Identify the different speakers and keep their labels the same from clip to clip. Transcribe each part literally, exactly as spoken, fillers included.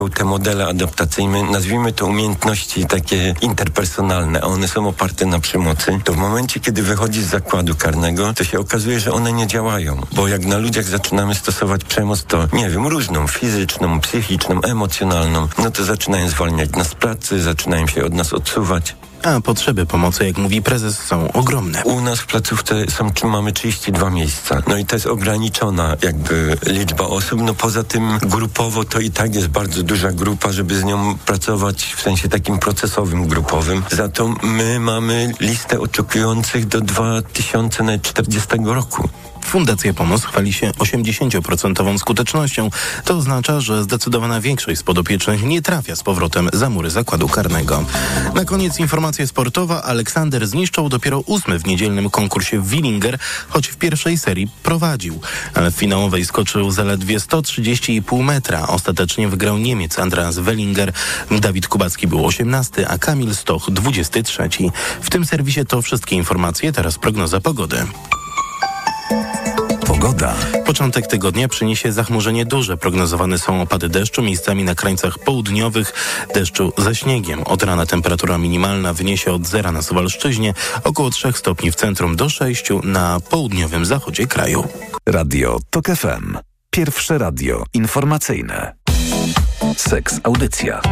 Speaker 1: Te modele adaptacyjne, nazwijmy to umiejętności takie interpersonalne, a one są oparte na przemocy, to w momencie, kiedy wychodzi z zakładu karnego, to się okazuje, że one nie działają. Bo jak na ludziach zaczynamy stosować przemoc, to nie wiem, różną, fizyczną, psychiczną, emocjonalną, no to zaczynają zwalniać nas z pracy, zaczynają się od nas odsuwać.
Speaker 2: A potrzeby pomocy, jak mówi prezes, są ogromne.
Speaker 1: U nas w placówce są, mamy trzydzieści dwa miejsca. No i to jest ograniczona jakby liczba osób. No poza tym grupowo to i tak jest bardzo duża grupa, żeby z nią pracować w sensie takim procesowym, grupowym. Za to my mamy listę oczekujących do dwa tysiące czterdziestego roku.
Speaker 2: Fundacja Pomoc chwali się osiemdziesięcioprocentową skutecznością. To oznacza, że zdecydowana większość z podopiecznych nie trafia z powrotem za mury zakładu karnego. Na koniec informacja sportowa. Aleksander zniszczył dopiero ósmy w niedzielnym konkursie w Willinger, choć w pierwszej serii prowadził. Ale w finałowej skoczył zaledwie sto trzydzieści i pół metra. Ostatecznie wygrał Niemiec Andreas Wellinger. Dawid Kubacki był osiemnasty, a Kamil Stoch dwudziesty trzeci. W tym serwisie to wszystkie informacje. Teraz prognoza pogody. Pogoda. Początek tygodnia przyniesie zachmurzenie duże. Prognozowane są opady deszczu, miejscami na krańcach południowych, deszczu ze śniegiem. Od rana temperatura minimalna wyniesie od zera na Suwalszczyźnie, około trzech stopni w centrum do sześciu na południowym zachodzie kraju.
Speaker 3: Radio TOK F M. Pierwsze radio informacyjne. Seks Audycja.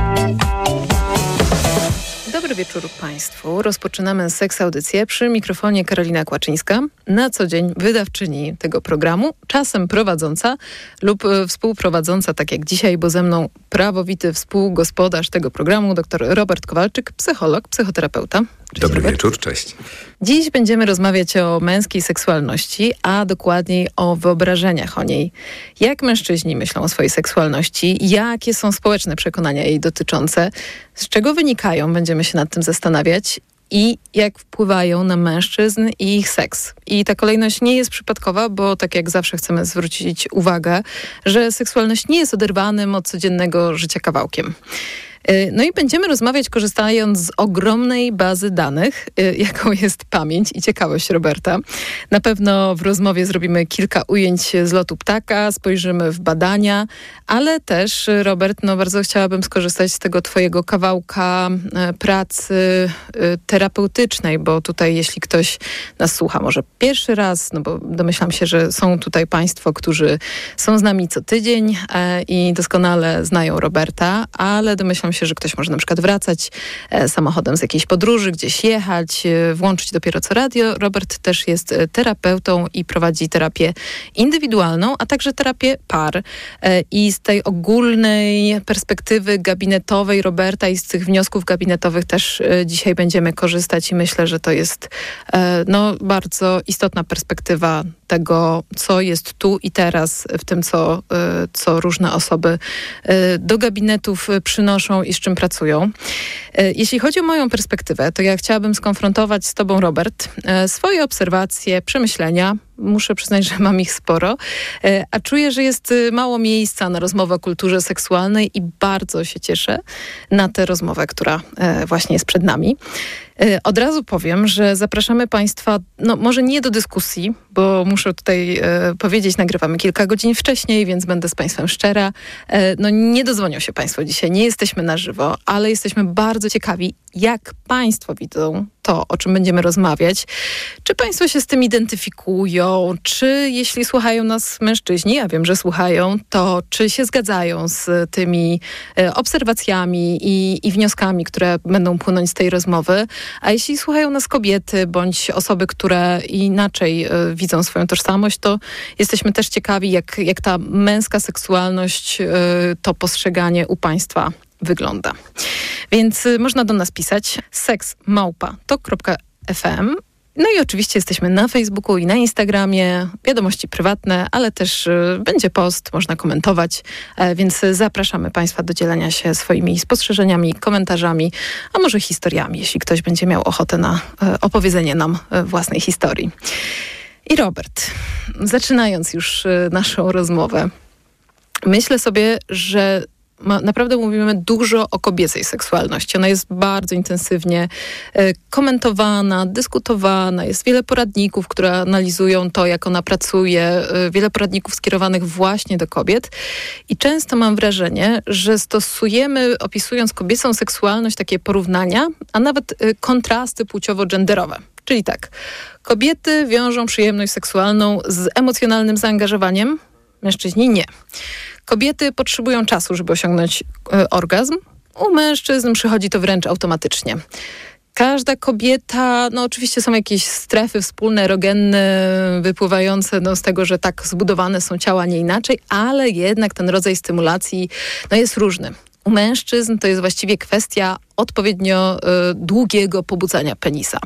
Speaker 4: Dobry wieczór Państwu. Rozpoczynamy Seks Audycję. Przy mikrofonie Karolina Kłaczyńska. Na co dzień wydawczyni tego programu, czasem prowadząca lub współprowadząca, tak jak dzisiaj, bo ze mną prawowity współgospodarz tego programu, dr Robert Kowalczyk, psycholog, psychoterapeuta. Cześć,
Speaker 5: Dobry
Speaker 4: Robert.
Speaker 5: wieczór, cześć.
Speaker 4: Dziś będziemy rozmawiać o męskiej seksualności, a dokładniej o wyobrażeniach o niej. Jak mężczyźni myślą o swojej seksualności, jakie są społeczne przekonania jej dotyczące, z czego wynikają, będziemy się nad tym zastanawiać i jak wpływają na mężczyzn i ich seks. I ta kolejność nie jest przypadkowa, bo tak jak zawsze chcemy zwrócić uwagę, że seksualność nie jest oderwanym od codziennego życia kawałkiem. No i będziemy rozmawiać korzystając z ogromnej bazy danych, jaką jest pamięć i ciekawość Roberta. Na pewno w rozmowie zrobimy kilka ujęć z lotu ptaka, spojrzymy w badania, ale też, Robert, no bardzo chciałabym skorzystać z tego twojego kawałka pracy terapeutycznej, bo tutaj jeśli ktoś nas słucha może pierwszy raz, no bo domyślam się, że są tutaj państwo, którzy są z nami co tydzień i doskonale znają Roberta, ale domyślam się, że ktoś może na przykład wracać e, samochodem z jakiejś podróży, gdzieś jechać, e, włączyć dopiero co radio. Robert też jest e, terapeutą i prowadzi terapię indywidualną, a także terapię par. E, I z tej ogólnej perspektywy gabinetowej Roberta i z tych wniosków gabinetowych też e, dzisiaj będziemy korzystać i myślę, że to jest e, no, bardzo istotna perspektywa tego, co jest tu i teraz w tym, co, e, co różne osoby e, do gabinetów przynoszą i z czym pracują. Jeśli chodzi o moją perspektywę, to ja chciałabym skonfrontować z tobą, Robert, swoje obserwacje, przemyślenia. Muszę przyznać, że mam ich sporo, a czuję, że jest mało miejsca na rozmowę o kulturze seksualnej i bardzo się cieszę na tę rozmowę, która właśnie jest przed nami. Od razu powiem, że zapraszamy Państwa, no może nie do dyskusji, bo muszę tutaj e, powiedzieć, nagrywamy kilka godzin wcześniej, więc będę z Państwem szczera. E, no nie dozwonią się Państwo dzisiaj, nie jesteśmy na żywo, ale jesteśmy bardzo ciekawi, jak Państwo widzą to, o czym będziemy rozmawiać. Czy Państwo się z tym identyfikują? Czy jeśli słuchają nas mężczyźni, ja wiem, że słuchają, to czy się zgadzają z tymi e, obserwacjami i, i wnioskami, które będą płynąć z tej rozmowy? A jeśli słuchają nas kobiety bądź osoby, które inaczej y, widzą swoją tożsamość, to jesteśmy też ciekawi, jak, jak ta męska seksualność, y, to postrzeganie u Państwa wygląda. Więc y, można do nas pisać seks małpa tok kropka f m. No i oczywiście jesteśmy na Facebooku i na Instagramie, wiadomości prywatne, ale też y, będzie post, można komentować, e, więc zapraszamy Państwa do dzielenia się swoimi spostrzeżeniami, komentarzami, a może historiami, jeśli ktoś będzie miał ochotę na e, opowiedzenie nam e, własnej historii. I Robert, zaczynając już e, naszą rozmowę, myślę sobie, że ma, naprawdę mówimy dużo o kobiecej seksualności. Ona jest bardzo intensywnie e, komentowana, dyskutowana. Jest wiele poradników, które analizują to, jak ona pracuje. E, wiele poradników skierowanych właśnie do kobiet. I często mam wrażenie, że stosujemy, opisując kobiecą seksualność, takie porównania, a nawet e, kontrasty płciowo-genderowe. Czyli tak, kobiety wiążą przyjemność seksualną z emocjonalnym zaangażowaniem, mężczyźni nie. Kobiety potrzebują czasu, żeby osiągnąć y, orgazm. U mężczyzn przychodzi to wręcz automatycznie. Każda kobieta, no oczywiście są jakieś strefy wspólne, erogenne, wypływające no, z tego, że tak zbudowane są ciała, nie inaczej, ale jednak ten rodzaj stymulacji no, jest różny. U mężczyzn to jest właściwie kwestia odpowiednio y, długiego pobudzania penisa.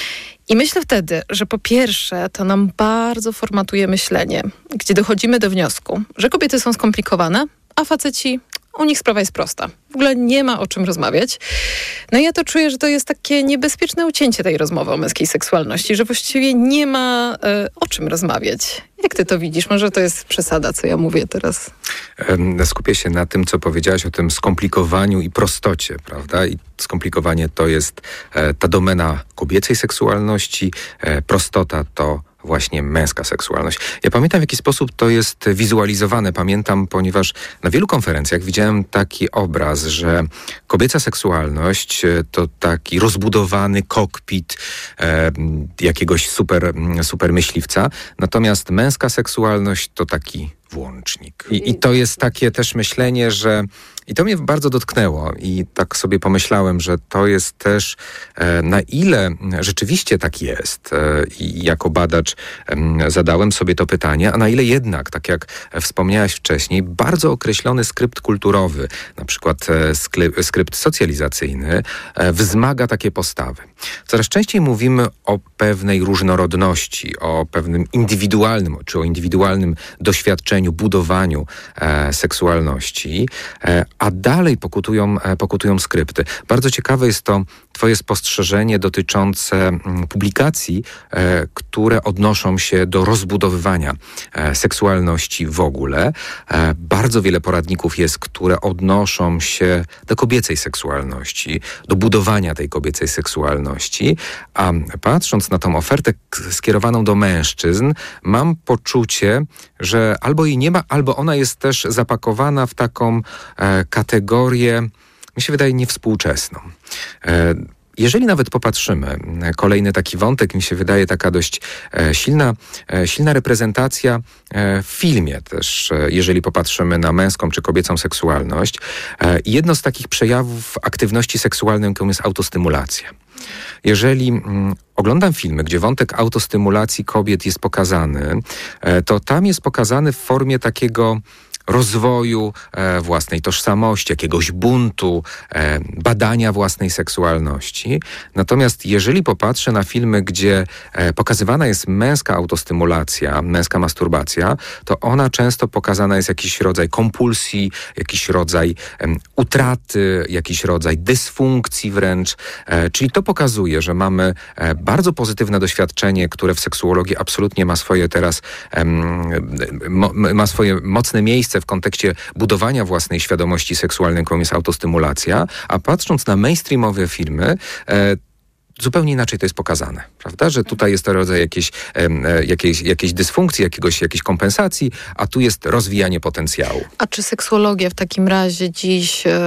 Speaker 4: I myślę wtedy, że po pierwsze to nam bardzo formatuje myślenie, gdzie dochodzimy do wniosku, że kobiety są skomplikowane, a faceci, u nich sprawa jest prosta. W ogóle nie ma o czym rozmawiać. No i ja to czuję, że to jest takie niebezpieczne ucięcie tej rozmowy o męskiej seksualności, że właściwie nie ma e, o czym rozmawiać. Jak ty to widzisz? Może to jest przesada, co ja mówię teraz?
Speaker 5: Skupię się na tym, co powiedziałaś o tym skomplikowaniu i prostocie, prawda? I skomplikowanie to jest e, ta domena kobiecej seksualności, e, prostota to właśnie męska seksualność. Ja pamiętam, w jaki sposób to jest wizualizowane. Pamiętam, ponieważ na wielu konferencjach widziałem taki obraz, że kobieca seksualność to taki rozbudowany kokpit e, jakiegoś super, super myśliwca, natomiast męska seksualność to taki włącznik. I, I to jest takie też myślenie, że i to mnie bardzo dotknęło i tak sobie pomyślałem, że to jest też e, na ile rzeczywiście tak jest e, i jako badacz e, zadałem sobie to pytanie, a na ile jednak, tak jak wspomniałaś wcześniej, bardzo określony skrypt kulturowy, na przykład e, skrypt, skrypt socjalizacyjny e, wzmaga takie postawy. Coraz częściej mówimy o pewnej różnorodności, o pewnym indywidualnym, czy o indywidualnym doświadczeniu, budowaniu e, seksualności, e, a dalej pokutują, e, pokutują skrypty. Bardzo ciekawe jest to twoje spostrzeżenie dotyczące m, publikacji, e, które odnoszą się do rozbudowywania e, seksualności w ogóle. E, bardzo wiele poradników jest, które odnoszą się do kobiecej seksualności, do budowania tej kobiecej seksualności, a patrząc na tą ofertę skierowaną do mężczyzn, mam poczucie, że albo jej nie ma, albo ona jest też zapakowana w taką e, kategorię, mi się wydaje, niewspółczesną. E, Jeżeli nawet popatrzymy, kolejny taki wątek, mi się wydaje taka dość e, silna, e, silna reprezentacja e, w filmie też, e, jeżeli popatrzymy na męską czy kobiecą seksualność. E, jedno z takich przejawów aktywności seksualnej, jaką jest autostymulacja. Jeżeli mm, oglądam filmy, gdzie wątek autostymulacji kobiet jest pokazany, e, to tam jest pokazany w formie takiego rozwoju e, własnej tożsamości, jakiegoś buntu, e, badania własnej seksualności. Natomiast jeżeli popatrzę na filmy, gdzie e, pokazywana jest męska autostymulacja, męska masturbacja, to ona często pokazana jest jakiś rodzaj kompulsji, jakiś rodzaj e, utraty, jakiś rodzaj dysfunkcji wręcz. E, czyli to pokazuje, że mamy e, bardzo pozytywne doświadczenie, które w seksuologii absolutnie ma swoje teraz e, mo, ma swoje mocne miejsce w kontekście budowania własnej świadomości seksualnej, jaką jest autostymulacja, a patrząc na mainstreamowe filmy, e, zupełnie inaczej to jest pokazane, prawda? Że tutaj jest to rodzaj jakiejś, e, jakiejś, jakiejś dysfunkcji, jakiegoś, jakiejś kompensacji, a tu jest rozwijanie potencjału.
Speaker 4: A czy seksuologia w takim razie dziś e,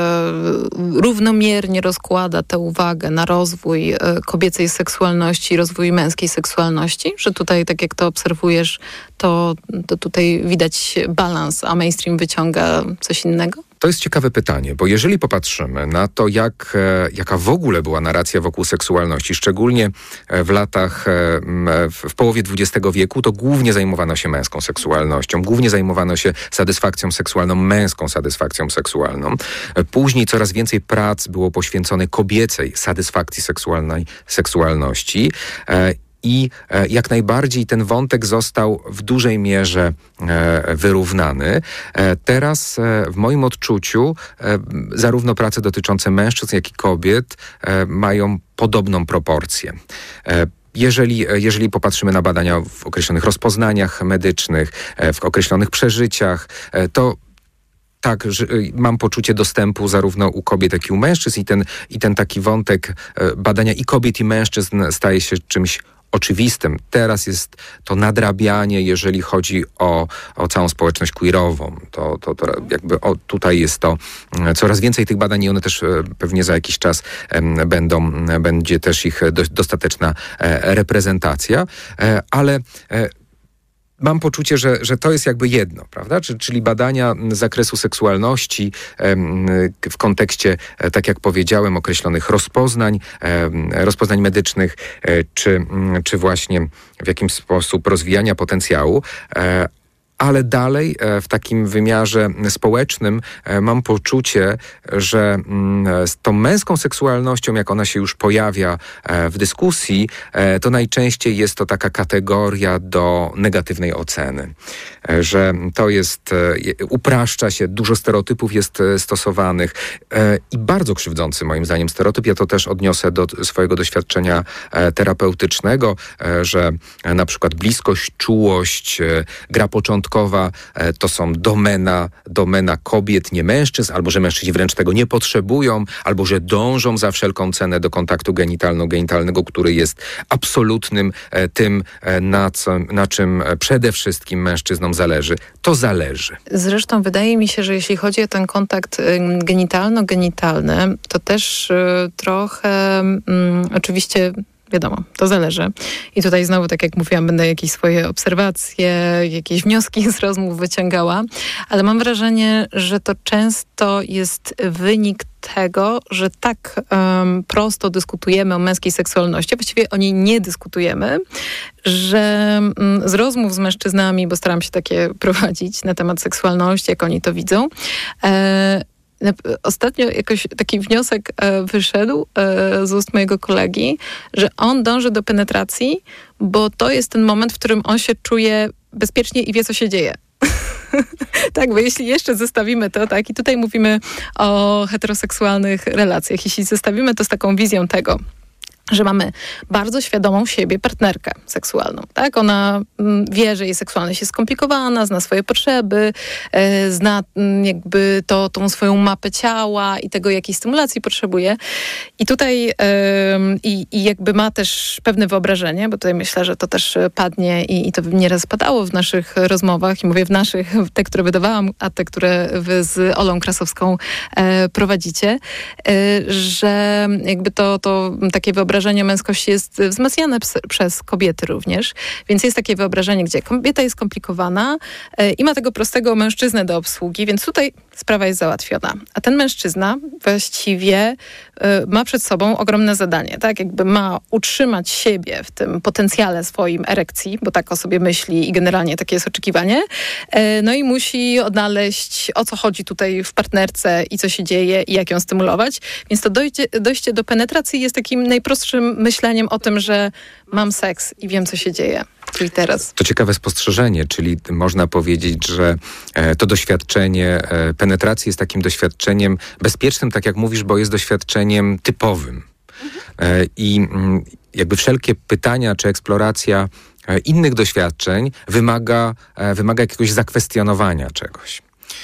Speaker 4: równomiernie rozkłada tę uwagę na rozwój e, kobiecej seksualności, rozwój męskiej seksualności? Że tutaj, tak jak to obserwujesz, to, to tutaj widać balans, a mainstream wyciąga coś innego?
Speaker 5: To jest ciekawe pytanie, bo jeżeli popatrzymy na to, jak, e, jaka w ogóle była narracja wokół seksualności, szczególnie w latach, e, w, w połowie dwudziestego wieku, to głównie zajmowano się męską seksualnością, głównie zajmowano się satysfakcją seksualną, męską satysfakcją seksualną. E, później coraz więcej prac było poświęcone kobiecej satysfakcji seksualnej, seksualności. E, I jak najbardziej ten wątek został w dużej mierze e, wyrównany. E, teraz e, w moim odczuciu e, zarówno prace dotyczące mężczyzn, jak i kobiet e, mają podobną proporcję. E, Jeżeli, jeżeli popatrzymy na badania w określonych rozpoznaniach medycznych, e, w określonych przeżyciach, e, to tak, że mam poczucie dostępu zarówno u kobiet, jak i u mężczyzn i ten, i ten taki wątek badania i kobiet, i mężczyzn staje się czymś oczywistym. Teraz jest to nadrabianie, jeżeli chodzi o, o całą społeczność queerową. To, to, to jakby o, tutaj jest to coraz więcej tych badań i one też pewnie za jakiś czas będą, będzie też ich do, dostateczna reprezentacja, ale mam poczucie, że, że to jest jakby jedno, prawda? Czyli badania z zakresu seksualności w kontekście, tak jak powiedziałem, określonych rozpoznań, rozpoznań medycznych, czy, czy właśnie w jakimś sposób rozwijania potencjału. Ale dalej w takim wymiarze społecznym mam poczucie, że z tą męską seksualnością, jak ona się już pojawia w dyskusji, to najczęściej jest to taka kategoria do negatywnej oceny. Że to jest, upraszcza się, dużo stereotypów jest stosowanych i bardzo krzywdzący moim zdaniem stereotyp. Ja to też odniosę do swojego doświadczenia terapeutycznego, że na przykład bliskość, czułość, gra początkowa to są domena, domena kobiet, nie mężczyzn, albo że mężczyźni wręcz tego nie potrzebują, albo że dążą za wszelką cenę do kontaktu genitalno-genitalnego, który jest absolutnym tym, na, co, na czym przede wszystkim mężczyznom zależy. To zależy.
Speaker 4: Zresztą wydaje mi się, że jeśli chodzi o ten kontakt genitalno-genitalny, to też y, trochę y, oczywiście wiadomo, to zależy. I tutaj znowu, tak jak mówiłam, będę jakieś swoje obserwacje, jakieś wnioski z rozmów wyciągała, ale mam wrażenie, że to często jest wynik tego, że tak um, prosto dyskutujemy o męskiej seksualności, właściwie o niej nie dyskutujemy, że um, z rozmów z mężczyznami, bo staram się takie prowadzić na temat seksualności, jak oni to widzą, e, ostatnio jakoś taki wniosek e, wyszedł e, z ust mojego kolegi, że on dąży do penetracji, bo to jest ten moment, w którym on się czuje bezpiecznie i wie, co się dzieje. Tak, bo jeśli jeszcze zestawimy to, tak, i tutaj mówimy o heteroseksualnych relacjach, jeśli zestawimy to z taką wizją tego, że mamy bardzo świadomą siebie partnerkę seksualną, tak? Ona mm, wie, że jej seksualność jest skomplikowana, zna swoje potrzeby, e, zna mm, jakby to, tą swoją mapę ciała i tego, jakiej stymulacji potrzebuje. I tutaj e, i, i jakby ma też pewne wyobrażenie, bo tutaj myślę, że to też padnie i, i to nieraz padało w naszych rozmowach i mówię w naszych, te, które wydawałam, a te, które wy z Olą Krasowską e, prowadzicie, e, że jakby to, to takie wyobrażenie wyobrażenie męskości jest wzmacniane ps- przez kobiety również, więc jest takie wyobrażenie, gdzie kobieta jest skomplikowana yy, i ma tego prostego mężczyznę do obsługi, więc tutaj sprawa jest załatwiona. A ten mężczyzna właściwie yy, ma przed sobą ogromne zadanie, tak? Jakby ma utrzymać siebie w tym potencjale swoim erekcji, bo tak o sobie myśli i generalnie takie jest oczekiwanie. Yy, no i musi odnaleźć, o co chodzi tutaj w partnerce i co się dzieje i jak ją stymulować. Więc to dojście, dojście do penetracji jest takim najprostszym myśleniem o tym, że mam seks i wiem, co się dzieje. Czyli teraz.
Speaker 5: To ciekawe spostrzeżenie, czyli można powiedzieć, że e, to doświadczenie e, penetracji jest takim doświadczeniem bezpiecznym, tak jak mówisz, bo jest doświadczeniem typowym. Mhm. E, I m, jakby wszelkie pytania czy eksploracja e, innych doświadczeń wymaga, e, wymaga jakiegoś zakwestionowania czegoś.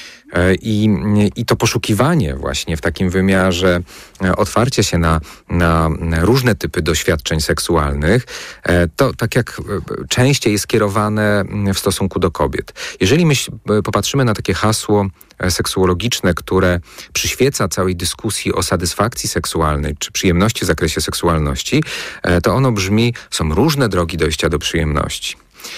Speaker 5: I, I to poszukiwanie właśnie w takim wymiarze otwarcia się na, na różne typy doświadczeń seksualnych, to tak jak częściej jest skierowane w stosunku do kobiet. Jeżeli my popatrzymy na takie hasło seksuologiczne, które przyświeca całej dyskusji o satysfakcji seksualnej czy przyjemności w zakresie seksualności, to ono brzmi, są różne drogi dojścia do przyjemności.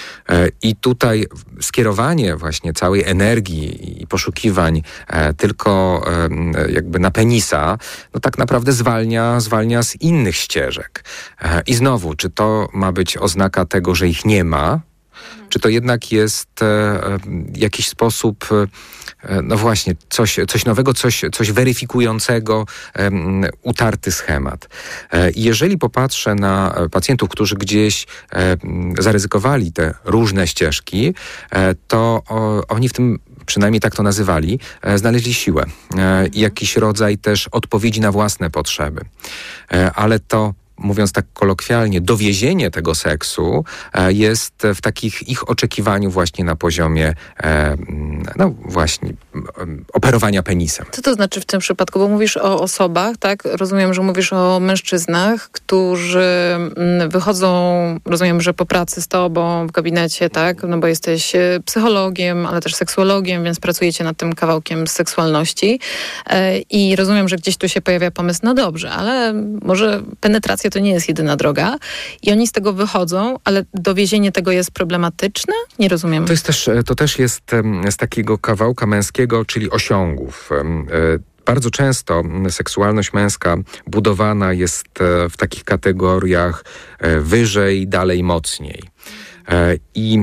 Speaker 5: I tutaj skierowanie właśnie całej energii i poszukiwań e, tylko e, jakby na penisa, no tak naprawdę zwalnia, zwalnia z innych ścieżek. E, I znowu, czy to ma być oznaka tego, że ich nie ma, czy to jednak jest e, jakiś sposób, e, no właśnie, coś, coś nowego, coś, coś weryfikującego e, utarty schemat. E, jeżeli popatrzę na pacjentów, którzy gdzieś e, zaryzykowali te różne ścieżki, e, to o, oni w tym, przynajmniej tak to nazywali, e, znaleźli siłę i e, jakiś rodzaj też odpowiedzi na własne potrzeby. E, ale to mówiąc tak kolokwialnie, dowiezienie tego seksu jest w takich ich oczekiwaniu właśnie na poziomie no właśnie operowania penisem.
Speaker 4: Co to znaczy w tym przypadku? Bo mówisz o osobach, tak? Rozumiem, że mówisz o mężczyznach, którzy wychodzą, rozumiem, że po pracy z tobą w gabinecie, tak? No bo jesteś psychologiem, ale też seksuologiem, więc pracujecie nad tym kawałkiem seksualności i rozumiem, że gdzieś tu się pojawia pomysł, no dobrze, ale może penetracja to nie jest jedyna droga i oni z tego wychodzą, ale dowiezienie tego jest problematyczne? Nie rozumiem.
Speaker 5: To jest też, to też jest z takiego kawałka męskiego, czyli osiągów. Bardzo często seksualność męska budowana jest w takich kategoriach wyżej, dalej, mocniej. I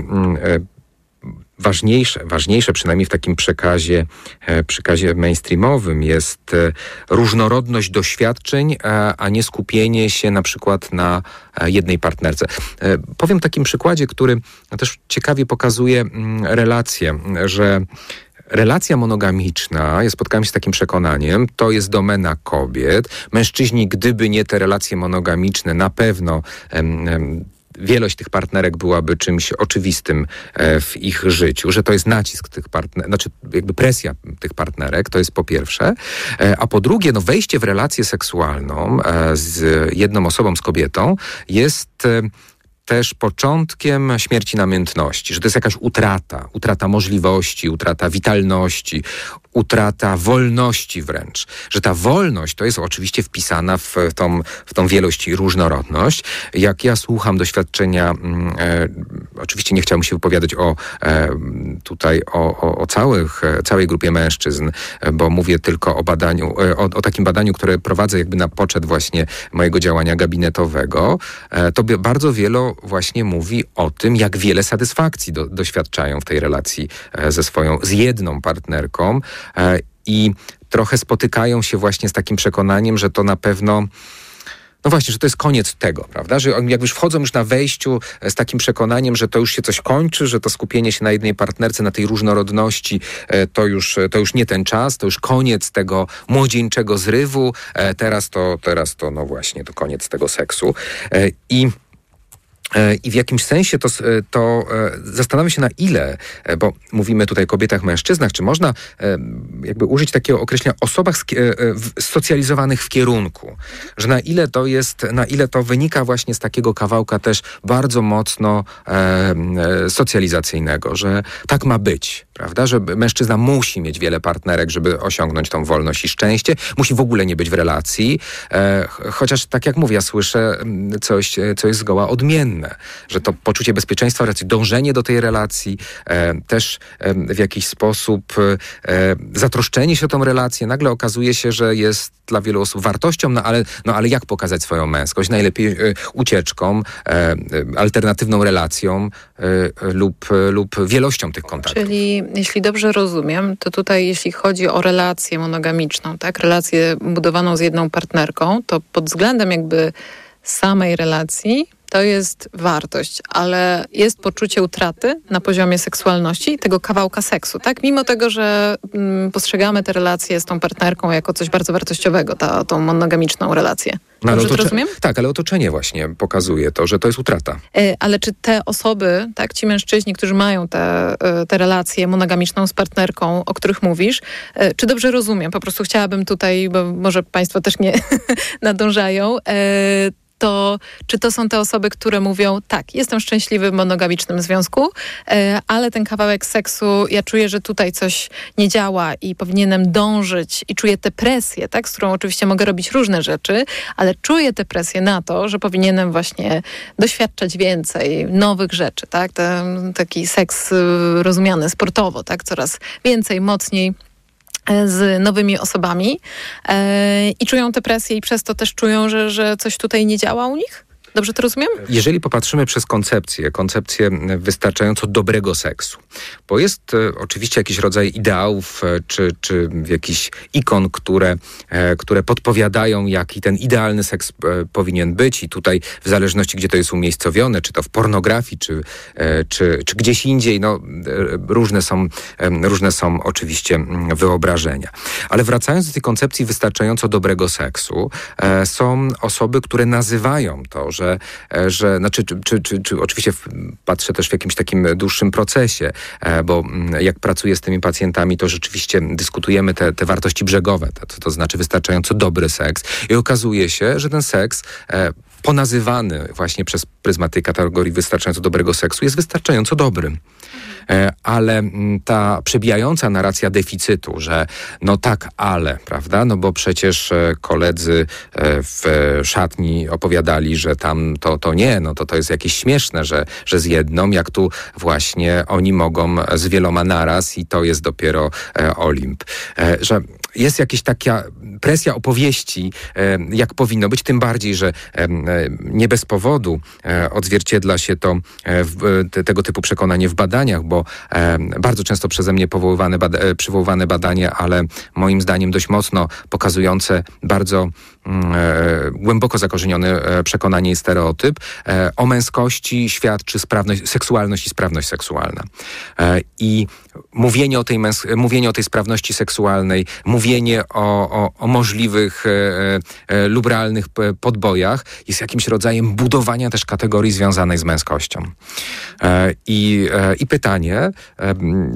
Speaker 5: Ważniejsze, ważniejsze przynajmniej w takim przekazie, przekazie mainstreamowym jest różnorodność doświadczeń, a nie skupienie się na przykład na jednej partnerce. Powiem o takim przykładzie, który też ciekawie pokazuje relację, że relacja monogamiczna, ja spotkałem się z takim przekonaniem, to jest domena kobiet. Mężczyźni, gdyby nie te relacje monogamiczne, na pewno em, em, wielość tych partnerek byłaby czymś oczywistym w ich życiu, że to jest nacisk tych partnerek, znaczy jakby presja tych partnerek, to jest po pierwsze, a po drugie, no wejście w relację seksualną z jedną osobą, z kobietą jest też początkiem śmierci namiętności, że to jest jakaś utrata, utrata możliwości, utrata witalności, utrata wolności wręcz. Że ta wolność to jest oczywiście wpisana w tą, w tą wielość i różnorodność. Jak ja słucham doświadczenia, e, oczywiście nie chciałbym się wypowiadać o e, tutaj o, o, o całych, całej grupie mężczyzn, bo mówię tylko o badaniu, o, o takim badaniu, które prowadzę jakby na poczet właśnie mojego działania gabinetowego, e, to bardzo wielu właśnie mówi o tym, jak wiele satysfakcji do, doświadczają w tej relacji e, ze swoją, z jedną partnerką e, i trochę spotykają się właśnie z takim przekonaniem, że to na pewno no właśnie, że to jest koniec tego, prawda? Że jak już wchodzą już na wejściu z takim przekonaniem, że to już się coś kończy, że to skupienie się na jednej partnerce, na tej różnorodności, to już, to już nie ten czas, to już koniec tego młodzieńczego zrywu, teraz to, teraz to no właśnie, to koniec tego seksu. I I w jakimś sensie to, to zastanawiam się, na ile, bo mówimy tutaj o kobietach, mężczyznach, czy można jakby użyć takiego określenia osobach socjalizowanych w kierunku, że na ile to jest, na ile to wynika właśnie z takiego kawałka też bardzo mocno e, socjalizacyjnego, że tak ma być, prawda, że mężczyzna musi mieć wiele partnerek, żeby osiągnąć tą wolność i szczęście, musi w ogóle nie być w relacji, e, chociaż tak jak mówię, ja słyszę coś, co jest zgoła odmienne, że to poczucie bezpieczeństwa, dążenie do tej relacji, e, też e, w jakiś sposób e, zatroszczenie się o tą relację, nagle okazuje się, że jest dla wielu osób wartością, no ale, no ale jak pokazać swoją męskość? Najlepiej e, ucieczką, e, alternatywną relacją e, lub, e, lub wielością tych kontaktów.
Speaker 4: Czyli jeśli dobrze rozumiem, to tutaj jeśli chodzi o relację monogamiczną, tak, relację budowaną z jedną partnerką, to pod względem jakby samej relacji to jest wartość, ale jest poczucie utraty na poziomie seksualności tego kawałka seksu, tak? Mimo tego, że mm, postrzegamy te relacje z tą partnerką jako coś bardzo wartościowego, ta, tą monogamiczną relację.
Speaker 5: No,
Speaker 4: Dobrze
Speaker 5: otocze-
Speaker 4: to rozumiem?
Speaker 5: Tak, ale otoczenie właśnie pokazuje to, że to jest utrata.
Speaker 4: E, ale czy te osoby, tak, ci mężczyźni, którzy mają te, te relacje monogamiczną z partnerką, o których mówisz, e, czy dobrze rozumiem? Po prostu chciałabym tutaj, bo może państwo też nie nadążają, e, to czy to są te osoby, które mówią, tak, jestem szczęśliwy w monogamicznym związku, ale ten kawałek seksu, ja czuję, że tutaj coś nie działa i powinienem dążyć i czuję tę presję, tak, z którą oczywiście mogę robić różne rzeczy, ale czuję tę presję na to, że powinienem właśnie doświadczać więcej nowych rzeczy, tak, ten taki seks rozumiany sportowo, tak, coraz więcej, mocniej, z nowymi osobami e, i czują tę presję i przez to też czują, że, że coś tutaj nie działa u nich? Dobrze to rozumiem?
Speaker 5: Jeżeli popatrzymy przez koncepcję, koncepcję wystarczająco dobrego seksu, bo jest e, oczywiście jakiś rodzaj ideałów e, czy, czy jakichś ikon, które, e, które podpowiadają, jaki ten idealny seks e, powinien być i tutaj w zależności, gdzie to jest umiejscowione, czy to w pornografii, czy, e, czy, czy gdzieś indziej, no, e, różne są, e, różne są oczywiście wyobrażenia. Ale wracając do tej koncepcji wystarczająco dobrego seksu, e, są osoby, które nazywają to, że, e, że znaczy, czy, czy, czy, czy oczywiście w, patrzę też w jakimś takim dłuższym procesie, e, bo m, jak pracuję z tymi pacjentami, to rzeczywiście dyskutujemy te, te wartości brzegowe, to, to znaczy wystarczająco dobry seks i okazuje się, że ten seks e, ponazywany właśnie przez pryzmat tej kategorii wystarczająco dobrego seksu jest wystarczająco dobry. E, ale ta przebijająca narracja deficytu, że no tak, ale, prawda, no bo przecież e, koledzy e, w szatni opowiadali, że tam to, to nie, no to to jest jakieś śmieszne, że, że z jedną, jak tu właśnie oni mogą z wieloma naraz i to jest dopiero e, Olimp. E, że jest jakaś taka presja opowieści, e, jak powinno być, tym bardziej, że e, nie bez powodu e, odzwierciedla się to e, w, te, tego typu przekonanie w badaniach, bo e, bardzo często przeze mnie powoływane bada, e, przywoływane badanie, ale moim zdaniem dość mocno pokazujące bardzo e, głęboko zakorzenione e, przekonanie i stereotyp e, o męskości świadczy sprawność, seksualność i sprawność seksualna. E, I mówienie o tej, męs- mówienie o tej sprawności seksualnej, mówienie o, o, o możliwych e, e, lub realnych podbojach jest jakimś rodzajem budowania też kategorii związanej z męskością. E, i, e, I pytanie, e, e,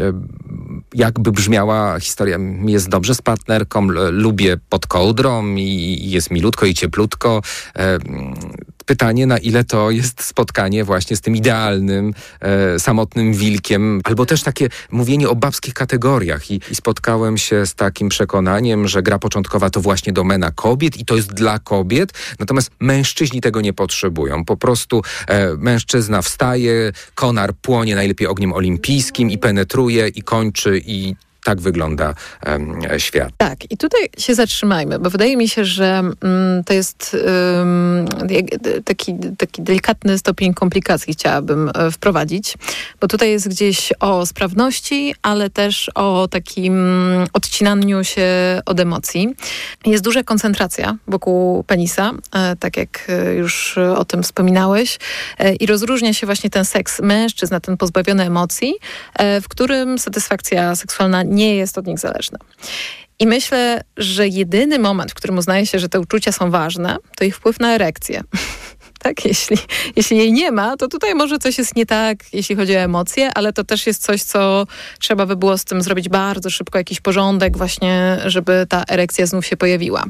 Speaker 5: jakby brzmiała historia, jest dobrze z partnerką, l- lubię pod kołdrą i, i jest milutko i cieplutko. E, Pytanie, na ile to jest spotkanie właśnie z tym idealnym, e, samotnym wilkiem, albo też takie mówienie o babskich kategoriach. I, I spotkałem się z takim przekonaniem, że gra początkowa to właśnie domena kobiet i to jest dla kobiet, natomiast mężczyźni tego nie potrzebują. Po prostu e, mężczyzna wstaje, konar płonie najlepiej ogniem olimpijskim i penetruje i kończy i tak wygląda um, świat.
Speaker 4: Tak, i tutaj się zatrzymajmy, bo wydaje mi się, że mm, to jest um, taki, taki delikatny stopień komplikacji chciałabym e, wprowadzić, bo tutaj jest gdzieś o sprawności, ale też o takim odcinaniu się od emocji. Jest duża koncentracja wokół penisa, e, tak jak już o tym wspominałeś, e, i rozróżnia się właśnie ten seks mężczyzn, ten pozbawiony emocji, e, w którym satysfakcja seksualna nie jest od nich zależna. I myślę, że jedyny moment, w którym uznaje się, że te uczucia są ważne, to ich wpływ na erekcję. Tak, jeśli, jeśli jej nie ma, to tutaj może coś jest nie tak, jeśli chodzi o emocje, ale to też jest coś, co trzeba by było z tym zrobić bardzo szybko, jakiś porządek właśnie, żeby ta erekcja znów się pojawiła.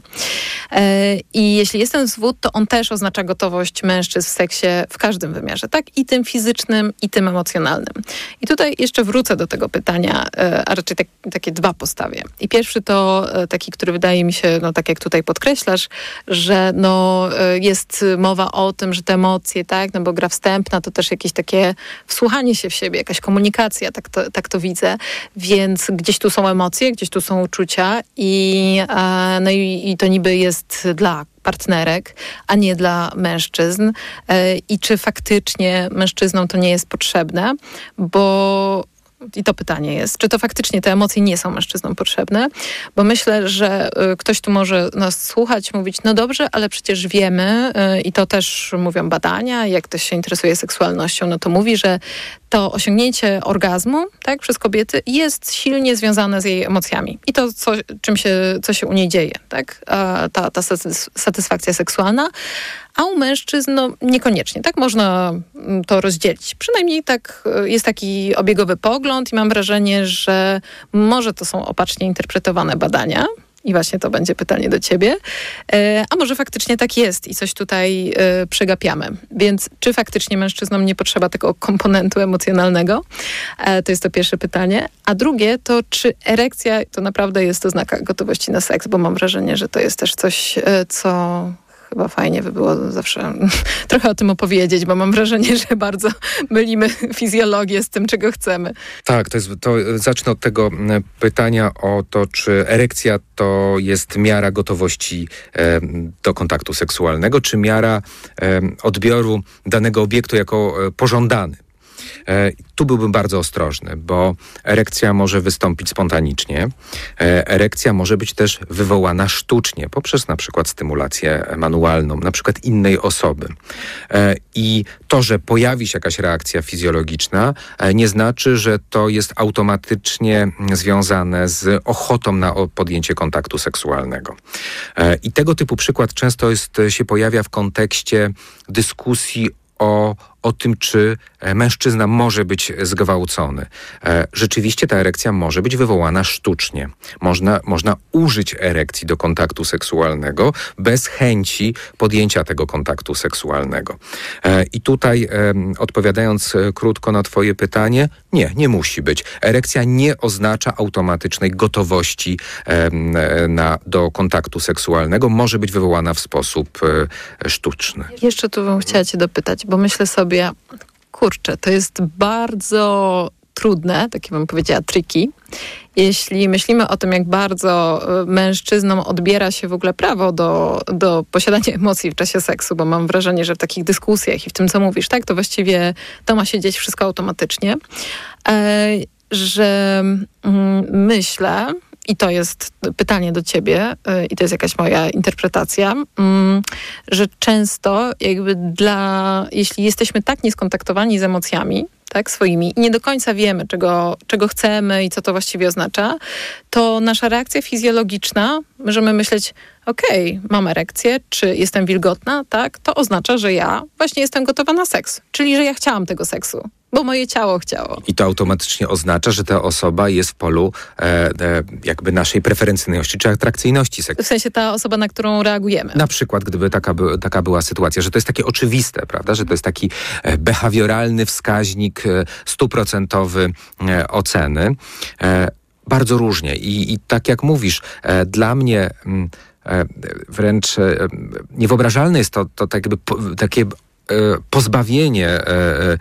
Speaker 4: E, I jeśli jest ten zwód, to on też oznacza gotowość mężczyzn w seksie w każdym wymiarze, tak? I tym fizycznym, i tym emocjonalnym. I tutaj jeszcze wrócę do tego pytania, e, a raczej tak, takie dwa postawię. I pierwszy to e, taki, który wydaje mi się, no tak jak tutaj podkreślasz, że no, e, jest mowa o tym, że te emocje, tak, no bo gra wstępna to też jakieś takie wsłuchanie się w siebie, jakaś komunikacja, tak to, tak to widzę, więc gdzieś tu są emocje, gdzieś tu są uczucia i, e, no i, i to niby jest dla partnerek, a nie dla mężczyzn. E, I czy faktycznie mężczyznom to nie jest potrzebne, bo i to pytanie jest, czy to faktycznie te emocje nie są mężczyznom potrzebne? Bo myślę, że y, ktoś tu może nas słuchać, mówić, no dobrze, ale przecież wiemy y, i to też mówią badania, jak ktoś się interesuje seksualnością, no to mówi, że to osiągnięcie orgazmu, tak, przez kobiety jest silnie związane z jej emocjami. I to, co, czym się, co się u niej dzieje, tak? A ta, ta satysfakcja seksualna. A u mężczyzn no, niekoniecznie. Tak można to rozdzielić. Przynajmniej tak jest taki obiegowy pogląd i mam wrażenie, że może to są opacznie interpretowane badania. I właśnie to będzie pytanie do ciebie. A może faktycznie tak jest i coś tutaj przegapiamy. Więc czy faktycznie mężczyznom nie potrzeba tego komponentu emocjonalnego? To jest to pierwsze pytanie. A drugie to, czy erekcja to naprawdę jest oznaka gotowości na seks? Bo mam wrażenie, że to jest też coś, co chyba fajnie by było zawsze trochę o tym opowiedzieć, bo mam wrażenie, że bardzo mylimy fizjologię z tym, czego chcemy.
Speaker 5: Tak, to, jest, to zacznę od tego pytania o to, czy erekcja to jest miara gotowości e, do kontaktu seksualnego, czy miara e, odbioru danego obiektu jako e, pożądany. E, tu byłbym bardzo ostrożny, bo erekcja może wystąpić spontanicznie. E, erekcja może być też wywołana sztucznie, poprzez na przykład stymulację manualną, na przykład innej osoby. E, I to, że pojawi się jakaś reakcja fizjologiczna, e, nie znaczy, że to jest automatycznie związane z ochotą na podjęcie kontaktu seksualnego. E, I tego typu przykład często jest, się pojawia w kontekście dyskusji o, o tym, czy mężczyzna może być zgwałcony. E, rzeczywiście ta erekcja może być wywołana sztucznie. Można, można użyć erekcji do kontaktu seksualnego bez chęci podjęcia tego kontaktu seksualnego. E, I tutaj e, odpowiadając krótko na twoje pytanie, nie, nie musi być. Erekcja nie oznacza automatycznej gotowości e, na, do kontaktu seksualnego. Może być wywołana w sposób e, sztuczny.
Speaker 4: Jeszcze tu bym chciała cię dopytać, bo myślę sobie, kurczę, to jest bardzo trudne, takie bym powiedziała tricky, jeśli myślimy o tym, jak bardzo mężczyznom odbiera się w ogóle prawo do, do posiadania emocji w czasie seksu, bo mam wrażenie, że w takich dyskusjach i w tym, co mówisz, tak, to właściwie to ma się dziać wszystko automatycznie, e, że mm, myślę, i to jest pytanie do ciebie, yy, i to jest jakaś moja interpretacja, yy, że często jakby dla, jeśli jesteśmy tak nieskontaktowani z emocjami, tak, swoimi i nie do końca wiemy, czego, czego chcemy i co to właściwie oznacza, to nasza reakcja fizjologiczna, możemy myśleć, okej, okay, mam erekcję, czy jestem wilgotna, tak, to oznacza, że ja właśnie jestem gotowa na seks, czyli że ja chciałam tego seksu. Bo moje ciało chciało.
Speaker 5: I to automatycznie oznacza, że ta osoba jest w polu e, e, jakby naszej preferencyjności czy atrakcyjności seksualnej.
Speaker 4: W sensie ta osoba, na którą reagujemy.
Speaker 5: Na przykład, gdyby taka, by, taka była sytuacja, że to jest takie oczywiste, prawda, że to jest taki e, behawioralny wskaźnik e, stuprocentowy e, oceny. E, bardzo różnie. I, I tak jak mówisz, e, dla mnie m, e, wręcz e, niewyobrażalne jest to, to tak jakby po, takie pozbawienie, e, e,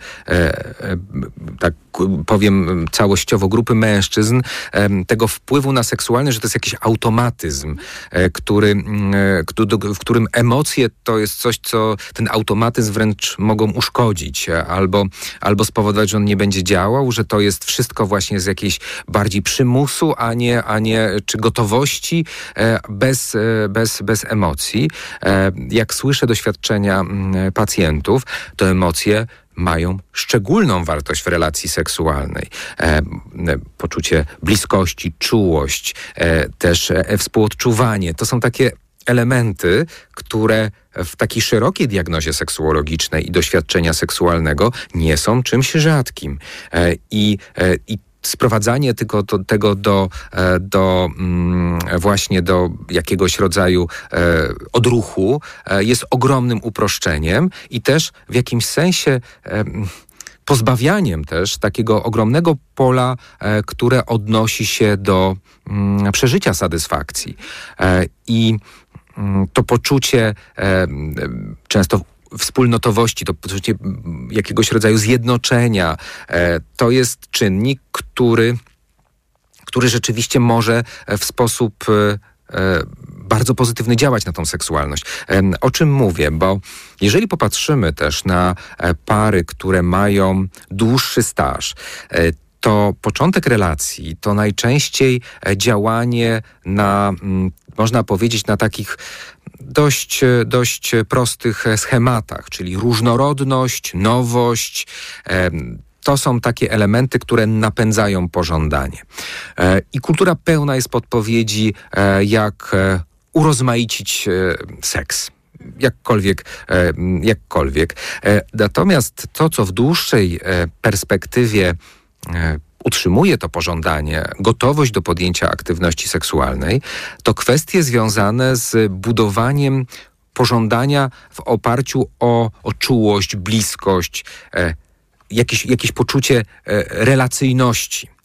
Speaker 5: e, tak powiem całościowo, grupy mężczyzn e, tego wpływu na seksualność, że to jest jakiś automatyzm, e, który, e, w którym emocje to jest coś, co ten automatyzm wręcz mogą uszkodzić albo, albo spowodować, że on nie będzie działał, że to jest wszystko właśnie z jakiejś bardziej przymusu, a nie, a nie czy gotowości e, bez, e, bez, bez emocji. E, jak słyszę doświadczenia m, pacjentów, to emocje mają szczególną wartość w relacji seksualnej. E, poczucie bliskości, czułość, e, też e, współodczuwanie. To są takie elementy, które w takiej szerokiej diagnozie seksuologicznej i doświadczenia seksualnego nie są czymś rzadkim. E, i, e, i sprowadzanie tylko do, tego do, do mm, właśnie do jakiegoś rodzaju e, odruchu e, jest ogromnym uproszczeniem i też w jakimś sensie e, pozbawianiem też takiego ogromnego pola, e, które odnosi się do mm, przeżycia satysfakcji. E, I mm, to poczucie e, często wspólnotowości, to poczucie jakiegoś rodzaju zjednoczenia, e, to jest czynnik, który, który rzeczywiście może w sposób e, bardzo pozytywny działać na tą seksualność. E, o czym mówię? Bo jeżeli popatrzymy też na pary, które mają dłuższy staż, e, to początek relacji to najczęściej działanie na, można powiedzieć, na takich dość, dość prostych schematach, czyli różnorodność, nowość. To są takie elementy, które napędzają pożądanie. I kultura pełna jest podpowiedzi, jak urozmaicić seks. Jakkolwiek, jakkolwiek. Natomiast to, co w dłuższej perspektywie utrzymuje to pożądanie, gotowość do podjęcia aktywności seksualnej, to kwestie związane z budowaniem pożądania w oparciu o, o czułość, bliskość, e, jakieś, jakieś poczucie e, relacyjności.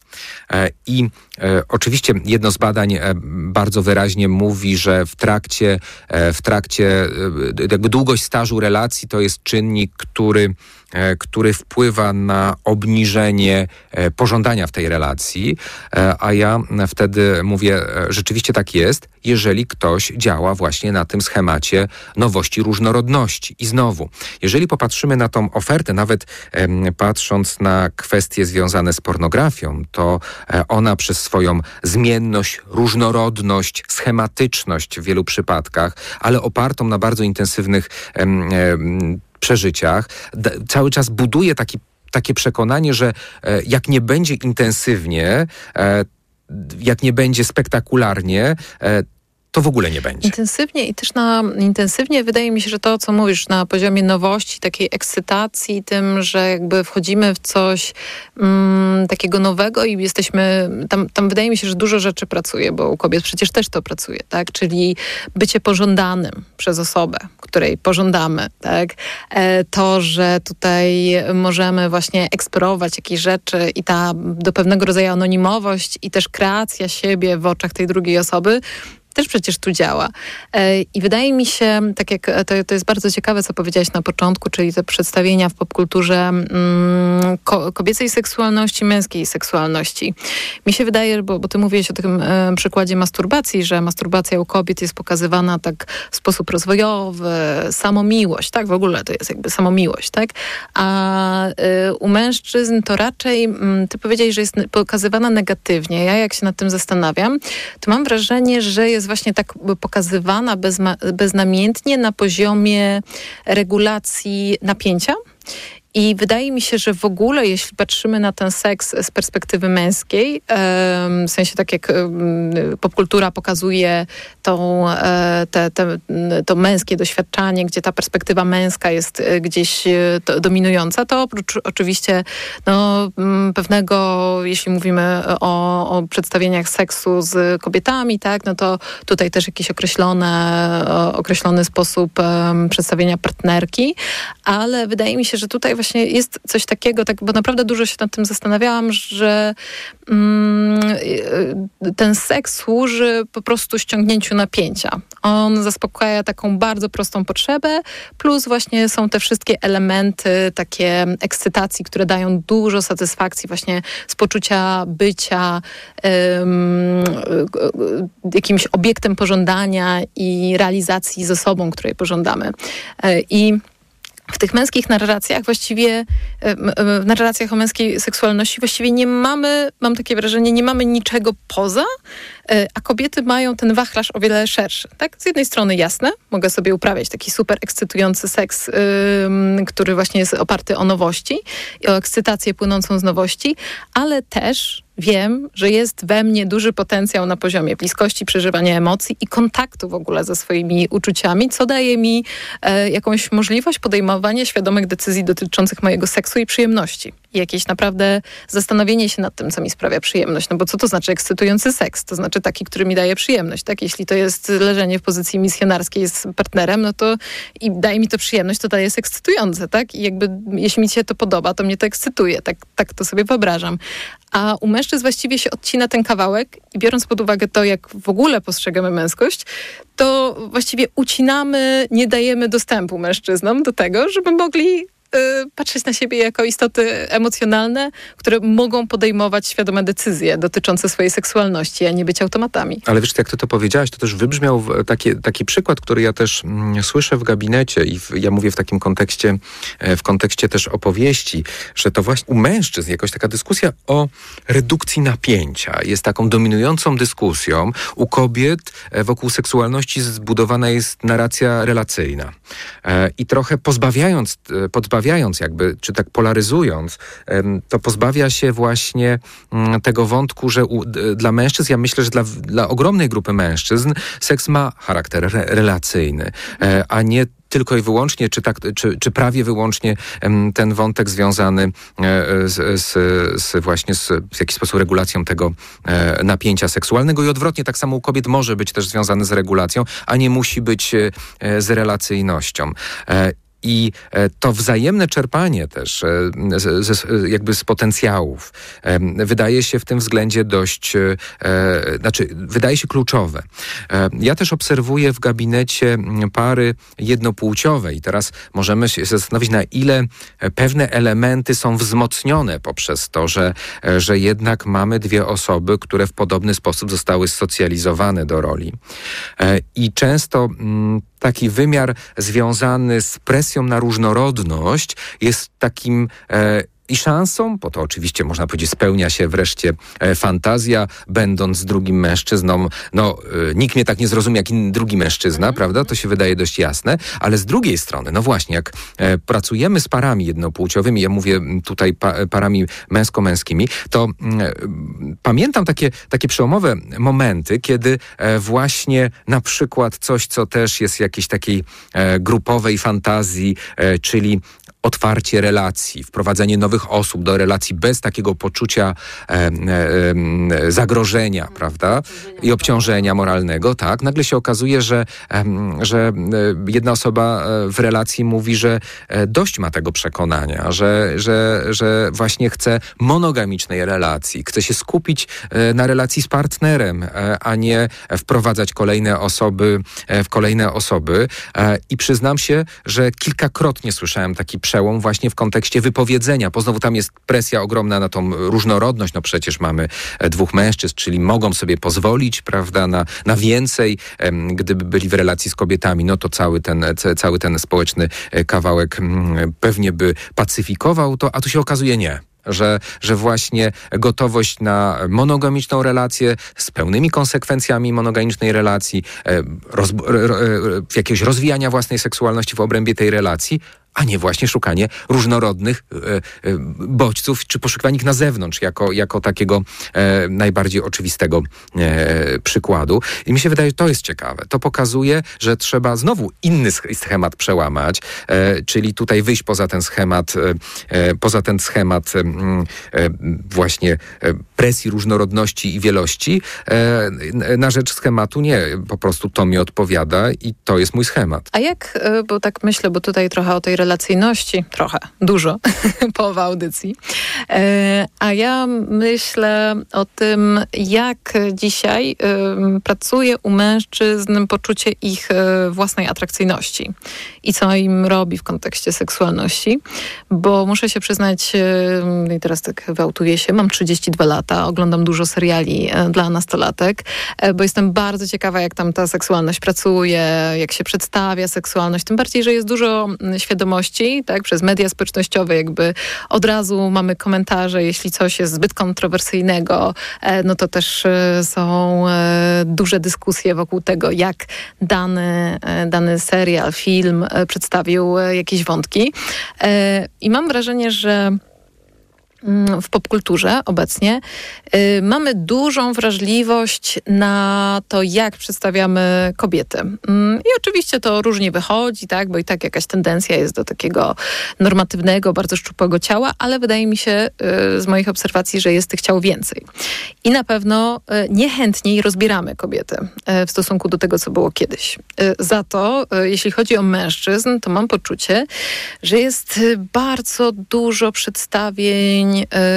Speaker 5: I oczywiście jedno z badań bardzo wyraźnie mówi, że w trakcie, w trakcie jakby długość stażu relacji to jest czynnik, który który wpływa na obniżenie pożądania w tej relacji, a ja wtedy mówię, rzeczywiście tak jest, jeżeli ktoś działa właśnie na tym schemacie nowości, różnorodności. I znowu, jeżeli popatrzymy na tą ofertę, nawet patrząc na kwestie związane z pornografią, to ona przez swoją zmienność, różnorodność, schematyczność w wielu przypadkach, ale opartą na bardzo intensywnych em, em, przeżyciach, d- cały czas buduje taki, takie przekonanie, że e, jak nie będzie intensywnie, e, jak nie będzie spektakularnie, e, to w ogóle nie będzie.
Speaker 4: Intensywnie i też na intensywnie wydaje mi się, że to, co mówisz na poziomie nowości, takiej ekscytacji, tym, że jakby wchodzimy w coś mm, takiego nowego i jesteśmy, tam, tam wydaje mi się, że dużo rzeczy pracuje, bo u kobiet przecież też to pracuje, tak? Czyli bycie pożądanym przez osobę, której pożądamy, tak? E, to, że tutaj możemy właśnie eksplorować jakieś rzeczy i ta do pewnego rodzaju anonimowość i też kreacja siebie w oczach tej drugiej osoby też przecież tu działa. I wydaje mi się, tak jak to, to jest bardzo ciekawe, co powiedziałaś na początku, czyli te przedstawienia w popkulturze mm, ko- kobiecej seksualności, męskiej seksualności. Mi się wydaje, bo, bo ty mówiłeś o tym e, przykładzie masturbacji, że masturbacja u kobiet jest pokazywana tak w sposób rozwojowy, samomiłość, tak? W ogóle to jest jakby samomiłość, tak? A e, u mężczyzn to raczej, m, ty powiedziałeś, że jest pokazywana negatywnie. Ja jak się nad tym zastanawiam, to mam wrażenie, że jest właśnie tak pokazywana bezma- beznamiętnie na poziomie regulacji napięcia. I wydaje mi się, że w ogóle, jeśli patrzymy na ten seks z perspektywy męskiej, w sensie tak jak popkultura pokazuje tą, te, te, to męskie doświadczanie, gdzie ta perspektywa męska jest gdzieś dominująca, to oprócz oczywiście no, pewnego, jeśli mówimy o, o przedstawieniach seksu z kobietami, tak, no to tutaj też jakiś określone, określony sposób przedstawienia partnerki, ale wydaje mi się, że tutaj właśnie jest coś takiego, tak, bo naprawdę dużo się nad tym zastanawiałam, że mm, ten seks służy po prostu ściągnięciu napięcia. On zaspokaja taką bardzo prostą potrzebę, plus właśnie są te wszystkie elementy takie ekscytacji, które dają dużo satysfakcji właśnie z poczucia bycia um, jakimś obiektem pożądania i realizacji z osobą, której pożądamy. I w tych męskich narracjach właściwie, w narracjach o męskiej seksualności właściwie nie mamy, mam takie wrażenie, nie mamy niczego poza, a kobiety mają ten wachlarz o wiele szerszy. Tak? Z jednej strony jasne, mogę sobie uprawiać taki super ekscytujący seks, yy, który właśnie jest oparty o nowości i o ekscytację płynącą z nowości, ale też wiem, że jest we mnie duży potencjał na poziomie bliskości, przeżywania emocji i kontaktu w ogóle ze swoimi uczuciami, co daje mi e, jakąś możliwość podejmowania świadomych decyzji dotyczących mojego seksu i przyjemności. I jakieś naprawdę zastanowienie się nad tym, co mi sprawia przyjemność. No bo co to znaczy ekscytujący seks? To znaczy taki, który mi daje przyjemność, tak? Jeśli to jest leżenie w pozycji misjonarskiej z partnerem, no to i daje mi to przyjemność, to to jest ekscytujące, tak? I jakby jeśli mi się to podoba, to mnie to ekscytuje. Tak, tak to sobie wyobrażam. A u mężczyzn właściwie się odcina ten kawałek i biorąc pod uwagę to, jak w ogóle postrzegamy męskość, to właściwie ucinamy, nie dajemy dostępu mężczyznom do tego, żeby mogli patrzeć na siebie jako istoty emocjonalne, które mogą podejmować świadome decyzje dotyczące swojej seksualności, a nie być automatami.
Speaker 5: Ale wiesz, jak ty to powiedziałaś, to też wybrzmiał taki, taki przykład, który ja też mm, słyszę w gabinecie i w, ja mówię w takim kontekście, w kontekście też opowieści, że to właśnie u mężczyzn jakoś taka dyskusja o redukcji napięcia jest taką dominującą dyskusją. U kobiet wokół seksualności zbudowana jest narracja relacyjna. E, I trochę pozbawiając, pozbawiając jakby, czy tak polaryzując, to pozbawia się właśnie tego wątku, że u, dla mężczyzn, ja myślę, że dla, dla ogromnej grupy mężczyzn seks ma charakter re, relacyjny, a nie tylko i wyłącznie, czy, tak, czy, czy prawie wyłącznie ten wątek związany z, z, z właśnie z w jakiś sposób regulacją tego napięcia seksualnego i odwrotnie, tak samo u kobiet może być też związany z regulacją, a nie musi być z relacyjnością. I to wzajemne czerpanie też z, z, jakby z potencjałów wydaje się w tym względzie dość, znaczy wydaje się kluczowe. Ja też obserwuję w gabinecie pary jednopłciowe i teraz możemy się zastanowić, na ile pewne elementy są wzmocnione poprzez to, że, że jednak mamy dwie osoby, które w podobny sposób zostały socjalizowane do roli. I często taki wymiar związany z presją na różnorodność jest takim e, i szansą, bo to oczywiście można powiedzieć spełnia się wreszcie e, fantazja, będąc drugim mężczyzną. No, e, nikt mnie tak nie zrozumie jak inny drugi mężczyzna, mm-hmm. prawda? To się wydaje dość jasne, ale z drugiej strony, no właśnie, jak e, pracujemy z parami jednopłciowymi, ja mówię tutaj pa, parami męsko-męskimi, to e, pamiętam takie, takie przełomowe momenty, kiedy e, właśnie na przykład coś, co też jest jakiejś takiej e, grupowej fantazji, e, czyli otwarcie relacji, wprowadzenie nowych osób do relacji bez takiego poczucia e, e, zagrożenia, prawda? I obciążenia moralnego, tak? Nagle się okazuje, że, e, że jedna osoba w relacji mówi, że dość ma tego przekonania, że, że, że właśnie chce monogamicznej relacji, chce się skupić na relacji z partnerem, a nie wprowadzać kolejne osoby w kolejne osoby. I przyznam się, że kilkakrotnie słyszałem taki przełom właśnie w kontekście wypowiedzenia, bo znowu tam jest presja ogromna na tą różnorodność, no przecież mamy dwóch mężczyzn, czyli mogą sobie pozwolić, prawda, na, na więcej, gdyby byli w relacji z kobietami, no to cały ten, cały ten społeczny kawałek pewnie by pacyfikował to, a tu się okazuje nie. Że, że właśnie gotowość na monogamiczną relację z pełnymi konsekwencjami monogamicznej relacji, roz, jakiegoś rozwijania własnej seksualności w obrębie tej relacji, a nie właśnie szukanie różnorodnych e, e, bodźców, czy poszukiwanie ich na zewnątrz, jako, jako takiego e, najbardziej oczywistego e, przykładu. I mi się wydaje, że to jest ciekawe. To pokazuje, że trzeba znowu inny schemat przełamać, e, czyli tutaj wyjść poza ten schemat, e, poza ten schemat e, e, właśnie e, presji różnorodności i wielości, e, na rzecz schematu nie, po prostu to mi odpowiada i to jest mój schemat.
Speaker 4: A jak, bo tak myślę, bo tutaj trochę o tej relacyjności, trochę, dużo, połowa audycji. E, a ja myślę o tym, jak dzisiaj e, pracuje u mężczyzn poczucie ich e, własnej atrakcyjności i co im robi w kontekście seksualności, bo muszę się przyznać, e, i teraz tak wyautuję się, mam trzydzieści dwa lata, oglądam dużo seriali e, dla nastolatek, e, bo jestem bardzo ciekawa, jak tam ta seksualność pracuje, jak się przedstawia seksualność, tym bardziej, że jest dużo świadomości, tak, przez media społecznościowe jakby od razu mamy komentarze, jeśli coś jest zbyt kontrowersyjnego, no to też są duże dyskusje wokół tego, jak dany, dany serial, film przedstawił jakieś wątki. I mam wrażenie, że w popkulturze obecnie y, mamy dużą wrażliwość na to, jak przedstawiamy kobiety. Y, I oczywiście to różnie wychodzi, tak, bo i tak jakaś tendencja jest do takiego normatywnego, bardzo szczupłego ciała, ale wydaje mi się y, z moich obserwacji, że jest tych ciał więcej. I na pewno y, niechętniej rozbieramy kobiety y, w stosunku do tego, co było kiedyś. Y, za to, y, jeśli chodzi o mężczyzn, to mam poczucie, że jest y, bardzo dużo przedstawień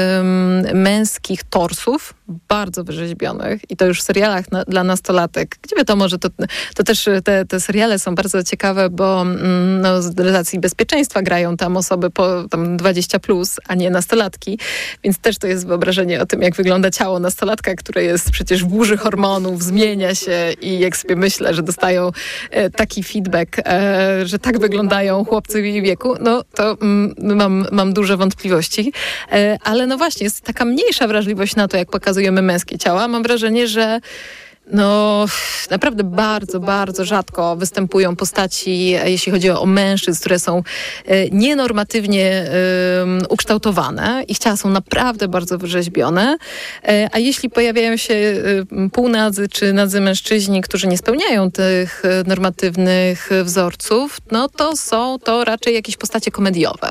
Speaker 4: męskich torsów, bardzo wyrzeźbionych i to już w serialach na, dla nastolatek, gdzie wiadomo, że to, to też te, te seriale są bardzo ciekawe, bo no, z relacji bezpieczeństwa grają tam osoby po tam dwadzieścia plus, a nie nastolatki, więc też to jest wyobrażenie o tym, jak wygląda ciało nastolatka, które jest przecież w burzy hormonów, zmienia się i jak sobie myślę, że dostają e, taki feedback, e, że tak wyglądają chłopcy w jej wieku, no to mm, mam, mam duże wątpliwości. E, ale no właśnie, jest taka mniejsza wrażliwość na to, jak pokazujemy męskie ciała. Mam wrażenie, że no naprawdę bardzo, bardzo rzadko występują postaci, jeśli chodzi o mężczyzn, które są e, nienormatywnie e, ukształtowane. Ich ciała są naprawdę bardzo wyrzeźbione. E, a jeśli pojawiają się e, półnadzy czy nadzy mężczyźni, którzy nie spełniają tych e, normatywnych wzorców, no to są to raczej jakieś postacie komediowe.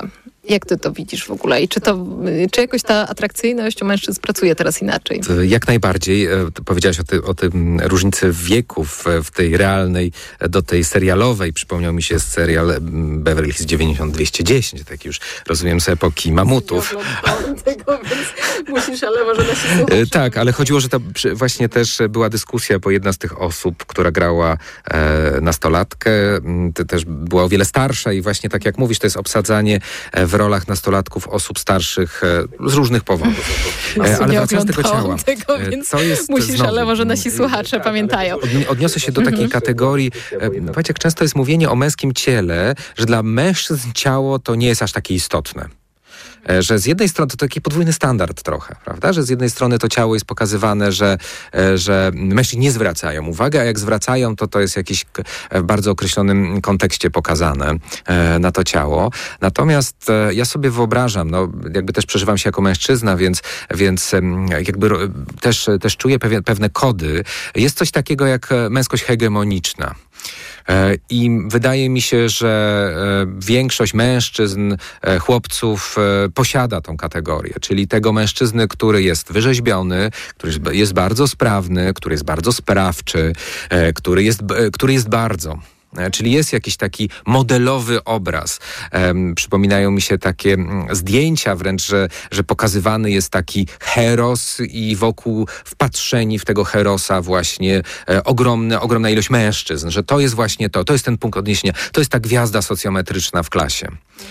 Speaker 4: Jak ty to widzisz w ogóle? I czy to, czy jakoś ta atrakcyjność u mężczyzn pracuje teraz inaczej?
Speaker 5: Jak najbardziej. Powiedziałaś o, ty, o tym różnicy wieków w tej realnej do tej serialowej. Przypomniał mi się serial Beverly Hills dziewięćdziesiąt dwieście dziesięć, taki już rozumiem z epoki mamutów.
Speaker 4: Nie tego, więc musisz, ale może nasi słuchacze.
Speaker 5: Tak, ale chodziło, że to właśnie też była dyskusja, bo jedna z tych osób, która grała e, nastolatkę, to też była o wiele starsza i właśnie tak jak mówisz, to jest obsadzanie w rolach nastolatków osób starszych e, z różnych powodów. E, ale wracając do tego ciała.
Speaker 4: Tego, więc
Speaker 5: to jest
Speaker 4: musisz,
Speaker 5: znowu,
Speaker 4: ale może nasi słuchacze
Speaker 5: tak,
Speaker 4: pamiętają.
Speaker 5: Odni- odniosę się do takiej kategorii, e, wiecie, jak często jest mówienie o męskim ciele, że dla mężczyzn ciało to nie jest aż takie istotne. Że z jednej strony to taki podwójny standard trochę, prawda? Że z jednej strony to ciało jest pokazywane, że, że mężczyźni nie zwracają uwagi, a jak zwracają, to to jest jakiś w bardzo określonym kontekście pokazane na to ciało. Natomiast ja sobie wyobrażam, no jakby też przeżywam się jako mężczyzna, więc, więc jakby też, też czuję pewne, pewne kody. Jest coś takiego jak męskość hegemoniczna. I wydaje mi się, że większość mężczyzn, chłopców posiada tą kategorię, czyli tego mężczyzny, który jest wyrzeźbiony, który jest bardzo sprawny, który jest bardzo sprawczy, który jest, który jest bardzo... Czyli jest jakiś taki modelowy obraz. Um, przypominają mi się takie zdjęcia wręcz, że, że pokazywany jest taki heros i wokół wpatrzeni w tego herosa właśnie e, ogromne, ogromna ilość mężczyzn, że to jest właśnie to, to jest ten punkt odniesienia, to jest ta gwiazda socjometryczna w klasie.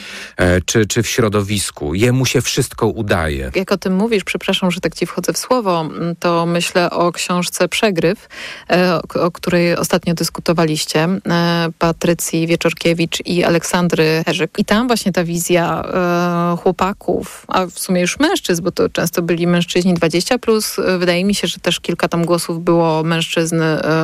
Speaker 5: E, czy, czy w środowisku. Jemu się wszystko udaje.
Speaker 4: Jak o tym mówisz, przepraszam, że tak ci wchodzę w słowo, to myślę o książce Przegryw, e, o, o której ostatnio dyskutowaliście. E, Patrycji Wieczorkiewicz i Aleksandry Herzyk. I tam właśnie ta wizja e, chłopaków, a w sumie już mężczyzn, bo to często byli mężczyźni dwadzieścia plus. Wydaje mi się, że też kilka tam głosów było mężczyzn e,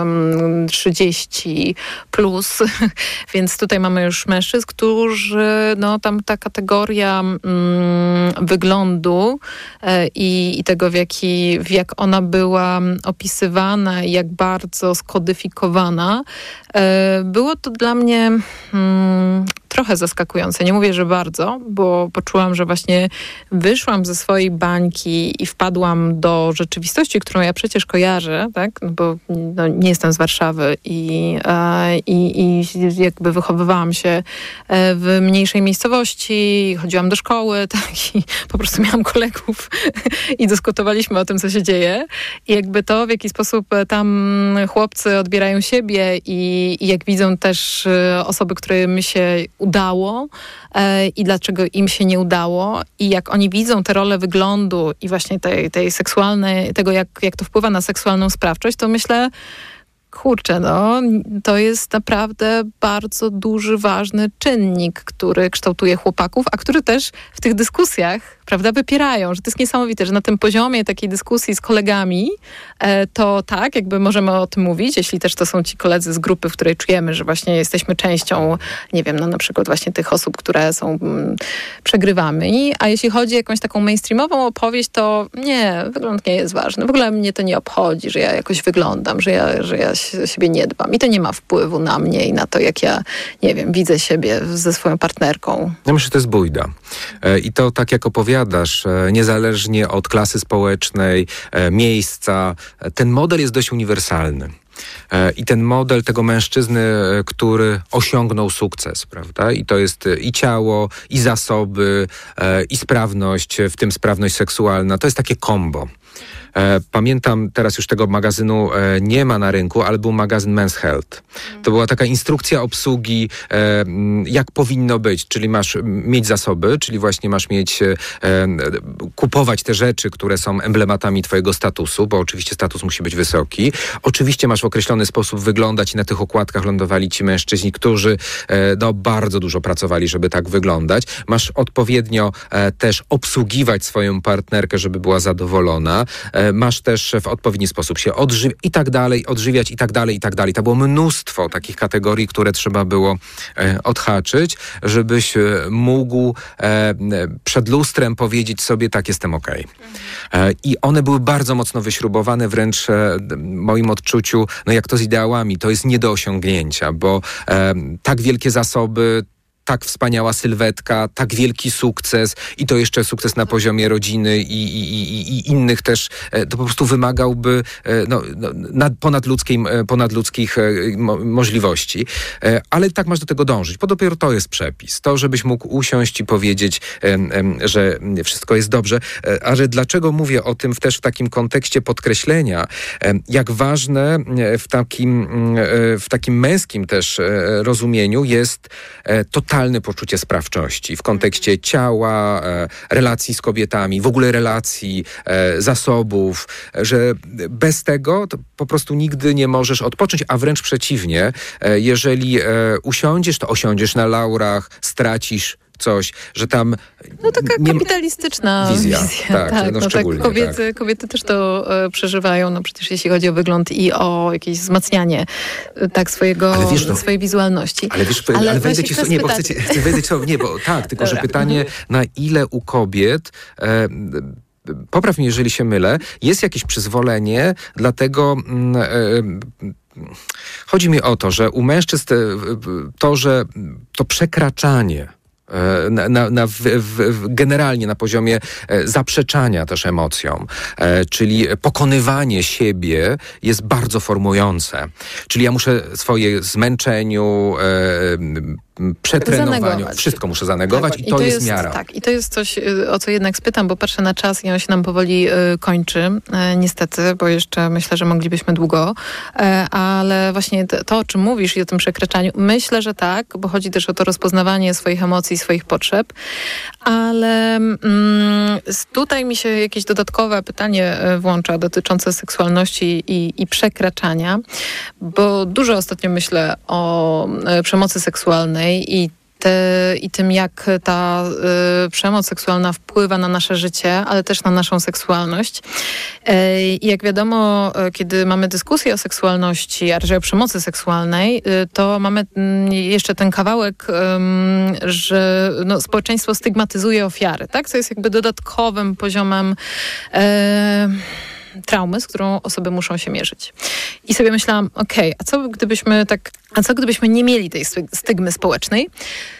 Speaker 4: trzydzieści plus. Więc tutaj mamy już mężczyzn, którzy, no tam ta kategoria mm, wyglądu e, i, i tego, w, jaki, w jak ona była opisywana i jak bardzo skodyfikowana, e, było to dla mnie hmm, trochę zaskakujące. Nie mówię, że bardzo, bo poczułam, że właśnie wyszłam ze swojej bańki i wpadłam do rzeczywistości, którą ja przecież kojarzę, tak? No bo no, nie jestem z Warszawy i, e, i, i jakby wychowywałam się w mniejszej miejscowości, chodziłam do szkoły, tak? I po prostu miałam kolegów i dyskutowaliśmy o tym, co się dzieje. I jakby to, w jaki sposób tam chłopcy odbierają siebie i, i jak widzą też osoby, którym się udało e, i dlaczego im się nie udało i jak oni widzą te role wyglądu i właśnie tej, tej seksualnej, tego jak, jak to wpływa na seksualną sprawczość, to myślę, kurczę, no, to jest naprawdę bardzo duży, ważny czynnik, który kształtuje chłopaków, a który też w tych dyskusjach, prawda, wypierają, że to jest niesamowite, że na tym poziomie takiej dyskusji z kolegami, e, to tak, jakby możemy o tym mówić, jeśli też to są ci koledzy z grupy, w której czujemy, że właśnie jesteśmy częścią, nie wiem, no na przykład właśnie tych osób, które są mm, przegrywami, a jeśli chodzi o jakąś taką mainstreamową opowieść, to nie, wygląd nie jest ważny. W ogóle mnie to nie obchodzi, że ja jakoś wyglądam, że ja, że ja siebie nie dbam. I to nie ma wpływu na mnie i na to, jak ja, nie wiem, widzę siebie ze swoją partnerką.
Speaker 5: Ja myślę, że to jest bójda. E, I to tak jak opowiadasz, e, niezależnie od klasy społecznej, e, miejsca, e, ten model jest dość uniwersalny. I ten model tego mężczyzny, który osiągnął sukces, prawda? I to jest i ciało, i zasoby, i sprawność, w tym sprawność seksualna. To jest takie kombo. Pamiętam, teraz już tego magazynu nie ma na rynku, ale był magazyn Men's Health. To była taka instrukcja obsługi, jak powinno być, czyli masz mieć zasoby, czyli właśnie masz mieć, kupować te rzeczy, które są emblematami twojego statusu, bo oczywiście status musi być wysoki. Oczywiście masz w określony sposób wyglądać i na tych okładkach lądowali ci mężczyźni, którzy no, bardzo dużo pracowali, żeby tak wyglądać. Masz odpowiednio też obsługiwać swoją partnerkę, żeby była zadowolona. Masz też w odpowiedni sposób się odżywiać i tak dalej, odżywiać i tak dalej, i tak dalej. To było mnóstwo takich kategorii, które trzeba było e, odhaczyć, żebyś e, mógł e, przed lustrem powiedzieć sobie, tak, jestem okej. Okay. E, I one były bardzo mocno wyśrubowane, wręcz e, w moim odczuciu, no jak to z ideałami, to jest nie do osiągnięcia, bo e, tak wielkie zasoby tak wspaniała sylwetka, tak wielki sukces i to jeszcze sukces na poziomie rodziny i, i, i, i innych też, to po prostu wymagałby no, no, ponadludzkiej, ponadludzkich mo- możliwości. Ale tak masz do tego dążyć, bo dopiero to jest przepis. To, żebyś mógł usiąść i powiedzieć, że wszystko jest dobrze. A że dlaczego mówię o tym też w takim kontekście podkreślenia, jak ważne w takim, w takim męskim też rozumieniu jest totalne poczucie sprawczości w kontekście ciała, relacji z kobietami, w ogóle relacji, zasobów, że bez tego to po prostu nigdy nie możesz odpocząć, a wręcz przeciwnie, jeżeli usiądziesz, to osiądziesz na laurach, stracisz coś, że tam...
Speaker 4: No taka
Speaker 5: nie...
Speaker 4: kapitalistyczna
Speaker 5: wizja.
Speaker 4: wizja.
Speaker 5: Tak,
Speaker 4: tak,
Speaker 5: no
Speaker 4: no
Speaker 5: szczególnie,
Speaker 4: tak. Kobiety,
Speaker 5: tak.
Speaker 4: kobiety też to e, przeżywają, no przecież jeśli chodzi o wygląd i o jakieś wzmacnianie e, tak swojego,
Speaker 5: ale wiesz, no,
Speaker 4: swojej wizualności.
Speaker 5: Ale wiesz, ale, ale wejdę ci w nie, bo chcę, chcę wejdę ci nie, bo tak, tylko
Speaker 4: Dobra.
Speaker 5: że pytanie, na ile u kobiet e, popraw mnie, jeżeli się mylę, jest jakieś przyzwolenie, dlatego e, chodzi mi o to, że u mężczyzn to, że to przekraczanie Na, na, na, w, w, generalnie na poziomie zaprzeczania też emocjom, e, czyli pokonywanie siebie jest bardzo formujące. Czyli ja muszę swoje zmęczeniu, e, przetrenowaniu,
Speaker 4: zanegować.
Speaker 5: Wszystko muszę zanegować
Speaker 4: tak,
Speaker 5: i, to i to jest, jest miara.
Speaker 4: Tak, i to jest coś, o co jednak spytam, bo patrzę na czas i on się nam powoli y, kończy, y, niestety, bo jeszcze myślę, że moglibyśmy długo, y, ale właśnie to, to, o czym mówisz i o tym przekraczaniu, myślę, że tak, bo chodzi też o to rozpoznawanie swoich emocji, swoich potrzeb, ale mm, tutaj mi się jakieś dodatkowe pytanie włącza dotyczące seksualności i, i przekraczania, bo dużo ostatnio myślę o y, przemocy seksualnej i, te, i tym, jak ta y, przemoc seksualna wpływa na nasze życie, ale też na naszą seksualność. Y, I jak wiadomo, y, kiedy mamy dyskusję o seksualności, a raczej o przemocy seksualnej, y, to mamy y, jeszcze ten kawałek, y, że no, społeczeństwo stygmatyzuje ofiary, tak? Co jest jakby dodatkowym poziomem y, traumy, z którą osoby muszą się mierzyć. I sobie myślałam, okej, okay, a co gdybyśmy tak, a co gdybyśmy nie mieli tej stygmy społecznej,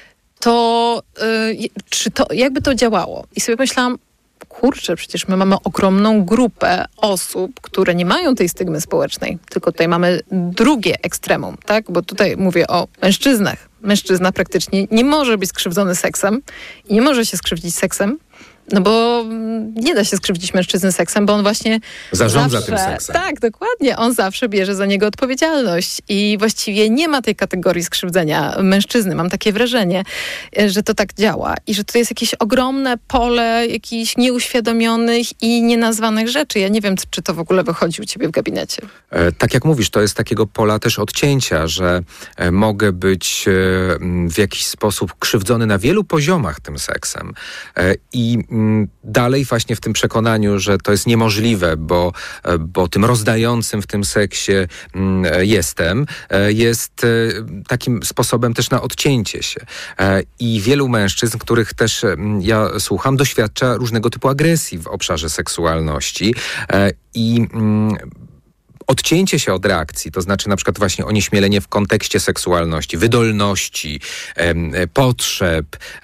Speaker 4: to yy, czy to, jakby to działało? I sobie myślałam, kurczę, przecież my mamy ogromną grupę osób, które nie mają tej stygmy społecznej, tylko tutaj mamy drugie ekstremum, tak? Bo tutaj mówię o mężczyznach. Mężczyzna praktycznie nie może być skrzywdzony seksem i nie może się skrzywdzić seksem, no bo nie da się skrzywdzić mężczyzny seksem, bo on właśnie
Speaker 5: zarządza
Speaker 4: zawsze,
Speaker 5: tym seksem.
Speaker 4: Tak, dokładnie. On zawsze bierze za niego odpowiedzialność i właściwie nie ma tej kategorii skrzywdzenia mężczyzny. Mam takie wrażenie, że to tak działa i że to jest jakieś ogromne pole jakichś nieuświadomionych i nienazwanych rzeczy. Ja nie wiem, czy to w ogóle wychodzi u ciebie w gabinecie.
Speaker 5: E, tak jak mówisz, to jest takiego pola też odcięcia, że e, mogę być e, w jakiś sposób krzywdzony na wielu poziomach tym seksem e, i dalej właśnie w tym przekonaniu, że to jest niemożliwe, bo, bo tym rozdającym w tym seksie jestem, jest takim sposobem też na odcięcie się. I wielu mężczyzn, których też ja słucham, doświadcza różnego typu agresji w obszarze seksualności i odcięcie się od reakcji, to znaczy na przykład właśnie onieśmielenie w kontekście seksualności, wydolności, potrzeb.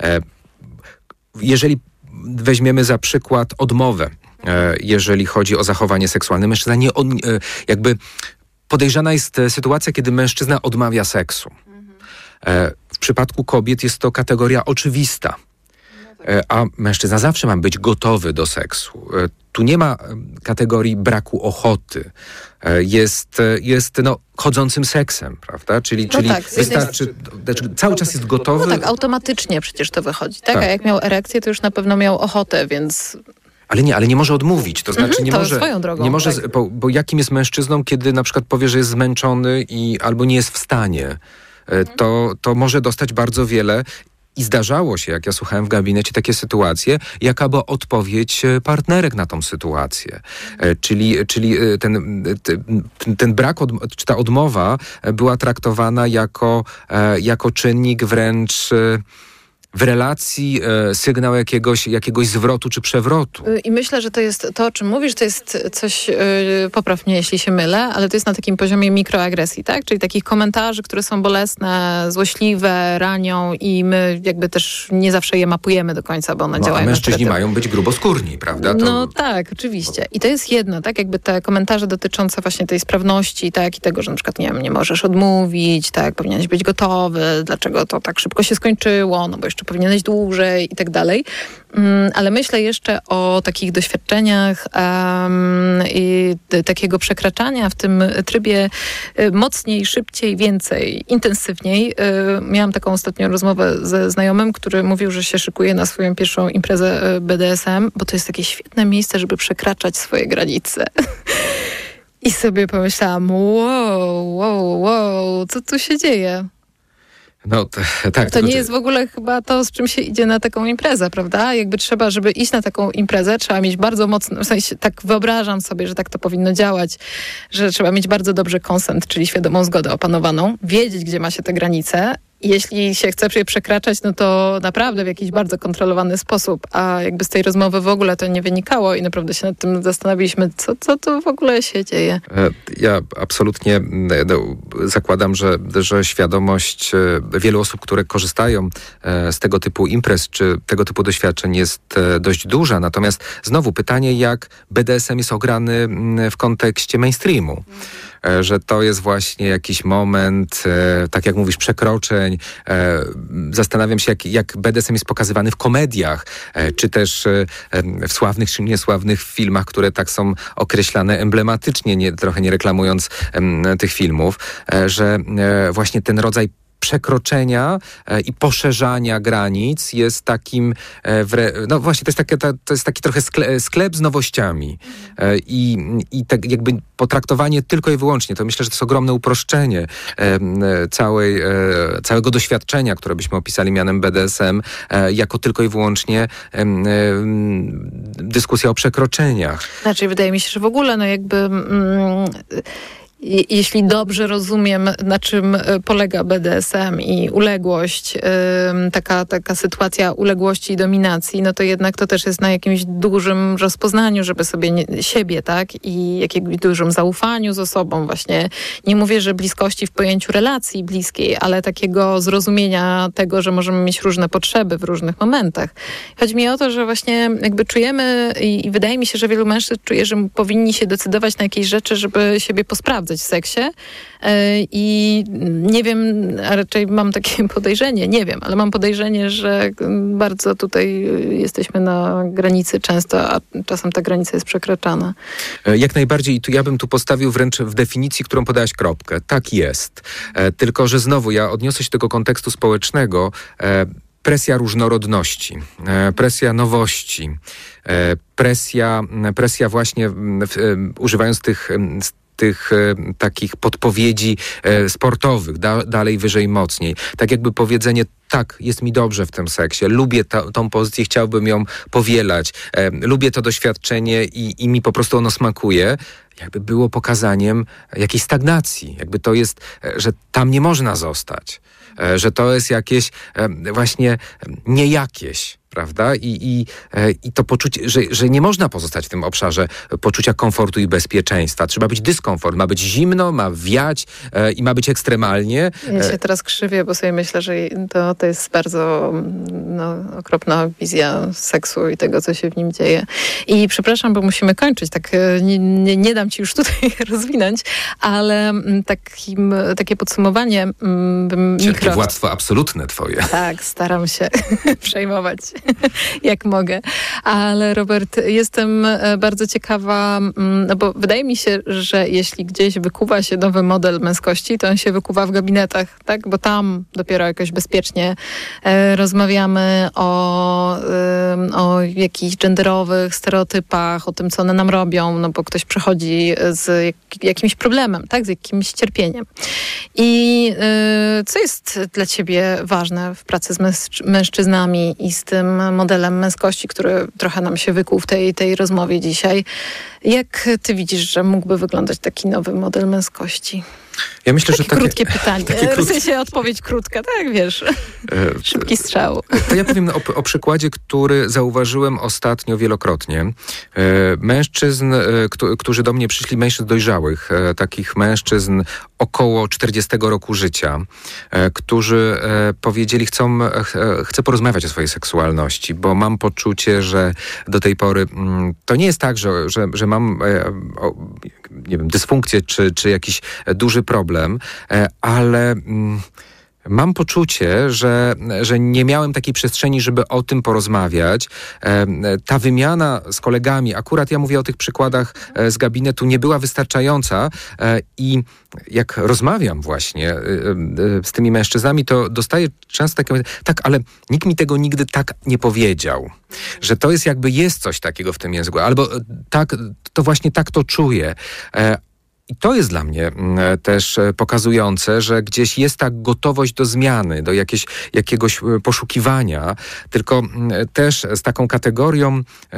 Speaker 5: Jeżeli weźmiemy za przykład odmowę, jeżeli chodzi o zachowanie seksualne. Mężczyzna nie, on, jakby podejrzana jest sytuacja, kiedy mężczyzna odmawia seksu. W przypadku kobiet jest to kategoria oczywista, a mężczyzna zawsze ma być gotowy do seksu. Tu nie ma kategorii braku ochoty. Jest, jest no, chodzącym seksem, prawda? Czyli,
Speaker 4: no czyli
Speaker 5: tak, wystarczy, znaczy, cały czas jest gotowy.
Speaker 4: No tak, automatycznie przecież to wychodzi, tak? tak? A jak miał erekcję, to już na pewno miał ochotę, więc...
Speaker 5: Ale nie, ale nie może odmówić. To znaczy nie
Speaker 4: to
Speaker 5: może...
Speaker 4: swoją drogą.
Speaker 5: Nie może,
Speaker 4: tak.
Speaker 5: bo, bo jakim jest mężczyzną, kiedy na przykład powie, że jest zmęczony i albo nie jest w stanie, to, to może dostać bardzo wiele. I zdarzało się, jak ja słuchałem w gabinecie, takie sytuacje, jaka była odpowiedź partnerek na tą sytuację. E, czyli czyli ten, ten, ten brak, od, czy ta odmowa była traktowana jako, e, jako czynnik wręcz... E, w relacji e, sygnał jakiegoś, jakiegoś zwrotu czy przewrotu.
Speaker 4: I myślę, że to jest to, o czym mówisz, to jest coś, yy, popraw mnie, jeśli się mylę, ale to jest na takim poziomie mikroagresji, tak? Czyli takich komentarzy, które są bolesne, złośliwe, ranią i my jakby też nie zawsze je mapujemy do końca, bo one
Speaker 5: No,
Speaker 4: działają.
Speaker 5: a mężczyźni mają być gruboskórni, prawda? To...
Speaker 4: No tak, oczywiście. I to jest jedno, tak? Jakby te komentarze dotyczące właśnie tej sprawności, tak? I tego, że na przykład, nie wiem, nie możesz odmówić, tak? Powinieneś być gotowy, dlaczego to tak szybko się skończyło, no bo jeszcze powinieneś dłużej i tak dalej. Um, ale myślę jeszcze o takich doświadczeniach um, i t- takiego przekraczania w tym trybie y, mocniej, szybciej, więcej, intensywniej. Y, miałam taką ostatnią rozmowę ze znajomym, który mówił, że się szykuje na swoją pierwszą imprezę B D S M, bo to jest takie świetne miejsce, żeby przekraczać swoje granice. I sobie pomyślałam, wow, wow, wow, co tu się dzieje?
Speaker 5: No, t- tak.
Speaker 4: To nie
Speaker 5: ty...
Speaker 4: jest w ogóle chyba to, z czym się idzie na taką imprezę, prawda? Jakby trzeba, żeby iść na taką imprezę, trzeba mieć bardzo mocno, w sensie tak wyobrażam sobie, że tak to powinno działać, że trzeba mieć bardzo dobrze consent, czyli świadomą zgodę opanowaną, wiedzieć, gdzie ma się te granice. Jeśli się chce je przekraczać, no to naprawdę w jakiś bardzo kontrolowany sposób, a jakby z tej rozmowy w ogóle to nie wynikało i naprawdę się nad tym zastanowiliśmy, co, co tu w ogóle się dzieje.
Speaker 5: Ja absolutnie no, zakładam, że, że świadomość wielu osób, które korzystają z tego typu imprez, czy tego typu doświadczeń jest dość duża. Natomiast znowu pytanie, jak B D S M jest ograny w kontekście mainstreamu. Że to jest właśnie jakiś moment, e, tak jak mówisz, przekroczeń. E, zastanawiam się, jak, jak B D S M jest pokazywany w komediach, e, czy też e, w sławnych czy niesławnych filmach, które tak są określane emblematycznie, nie, trochę nie reklamując e, tych filmów, e, że e, właśnie ten rodzaj przekroczenia e, i poszerzania granic jest takim, e, wre, no właśnie to jest, takie, ta, to jest taki trochę skle, sklep z nowościami e, i, i tak jakby potraktowanie tylko i wyłącznie, to myślę, że to jest ogromne uproszczenie e, e, całej, e, całego doświadczenia, które byśmy opisali mianem B D S M, e, jako tylko i wyłącznie e, e, dyskusja o przekroczeniach.
Speaker 4: Znaczy wydaje mi się, że w ogóle no jakby... Mm, jeśli dobrze rozumiem, na czym polega B D S M i uległość, taka, taka sytuacja uległości i dominacji, no to jednak to też jest na jakimś dużym rozpoznaniu, żeby sobie nie, siebie, tak? I jakimś dużym zaufaniu z osobą właśnie. Nie mówię, że bliskości w pojęciu relacji bliskiej, ale takiego zrozumienia tego, że możemy mieć różne potrzeby w różnych momentach. Chodzi mi o to, że właśnie jakby czujemy i, i wydaje mi się, że wielu mężczyzn czuje, że powinni się decydować na jakieś rzeczy, żeby siebie posprawdzać w seksie i nie wiem, a raczej mam takie podejrzenie, nie wiem, ale mam podejrzenie, że bardzo tutaj jesteśmy na granicy często, a czasem ta granica jest przekraczana.
Speaker 5: Jak najbardziej i tu ja bym tu postawił wręcz w definicji, którą podałaś kropkę. Tak jest. E, tylko, że znowu ja odniosę się do tego kontekstu społecznego. E, presja różnorodności, e, presja nowości, e, presja, presja właśnie w, e, używając tych tych e, takich podpowiedzi e, sportowych, da, dalej, wyżej, mocniej. Tak jakby powiedzenie, tak, jest mi dobrze w tym seksie, lubię ta, tą pozycję, chciałbym ją powielać, e, lubię to doświadczenie i, i mi po prostu ono smakuje, jakby było pokazaniem jakiejś stagnacji. Jakby to jest, e, że tam nie można zostać, e, że to jest jakieś e, właśnie nie jakieś. Prawda? I, i, i to poczucie, że, że nie można pozostać w tym obszarze poczucia komfortu i bezpieczeństwa. Trzeba być dyskomfort. Ma być zimno, ma wiać e, i ma być ekstremalnie.
Speaker 4: Ja się teraz krzywię, bo sobie myślę, że to, to jest bardzo no, okropna wizja seksu i tego, co się w nim dzieje. I przepraszam, bo musimy kończyć. Tak nie, nie, nie dam ci już tutaj rozwinąć, ale takim, takie podsumowanie bym
Speaker 5: Wielkie władztwo absolutne twoje.
Speaker 4: Tak, staram się przejmować. Jak mogę. Ale Robert, jestem bardzo ciekawa, no bo wydaje mi się, że jeśli gdzieś wykuwa się nowy model męskości, to on się wykuwa w gabinetach, tak? Bo tam dopiero jakoś bezpiecznie e, rozmawiamy o, e, o jakichś genderowych stereotypach, o tym, co one nam robią, no bo ktoś przychodzi z jak, jakimś problemem, tak? Z jakimś cierpieniem. I e, co jest dla ciebie ważne w pracy z mężczy- mężczyznami i z tym modelem męskości, który trochę nam się wykuł w tej, tej rozmowie dzisiaj. Jak ty widzisz, że mógłby wyglądać taki nowy model męskości?
Speaker 5: Ja myślę,
Speaker 4: takie
Speaker 5: że takie,
Speaker 4: krótkie pytanie.
Speaker 5: Takie
Speaker 4: w
Speaker 5: krótkie...
Speaker 4: sensie odpowiedź krótka, tak wiesz. Szybki strzał.
Speaker 5: To ja powiem o, o przykładzie, który zauważyłem ostatnio wielokrotnie. E, mężczyzn, e, kto, którzy do mnie przyszli, mężczyzn dojrzałych, e, takich mężczyzn około czterdziestego roku życia, e, którzy e, powiedzieli, chcą, e, chcę porozmawiać o swojej seksualności, bo mam poczucie, że do tej pory m, to nie jest tak, że, że, że mam e, o, nie wiem, dysfunkcję czy, czy jakiś duży problem, e, ale m, mam poczucie, że, że nie miałem takiej przestrzeni, żeby o tym porozmawiać. E, ta wymiana z kolegami, akurat ja mówię o tych przykładach e, z gabinetu, nie była wystarczająca e, i jak rozmawiam właśnie e, e, z tymi mężczyznami, to dostaję często takie, tak, ale nikt mi tego nigdy tak nie powiedział, że to jest jakby jest coś takiego w tym języku, albo tak, to właśnie tak to czuję. E, I to jest dla mnie też pokazujące, że gdzieś jest ta gotowość do zmiany, do jakieś, jakiegoś poszukiwania, tylko też z taką kategorią,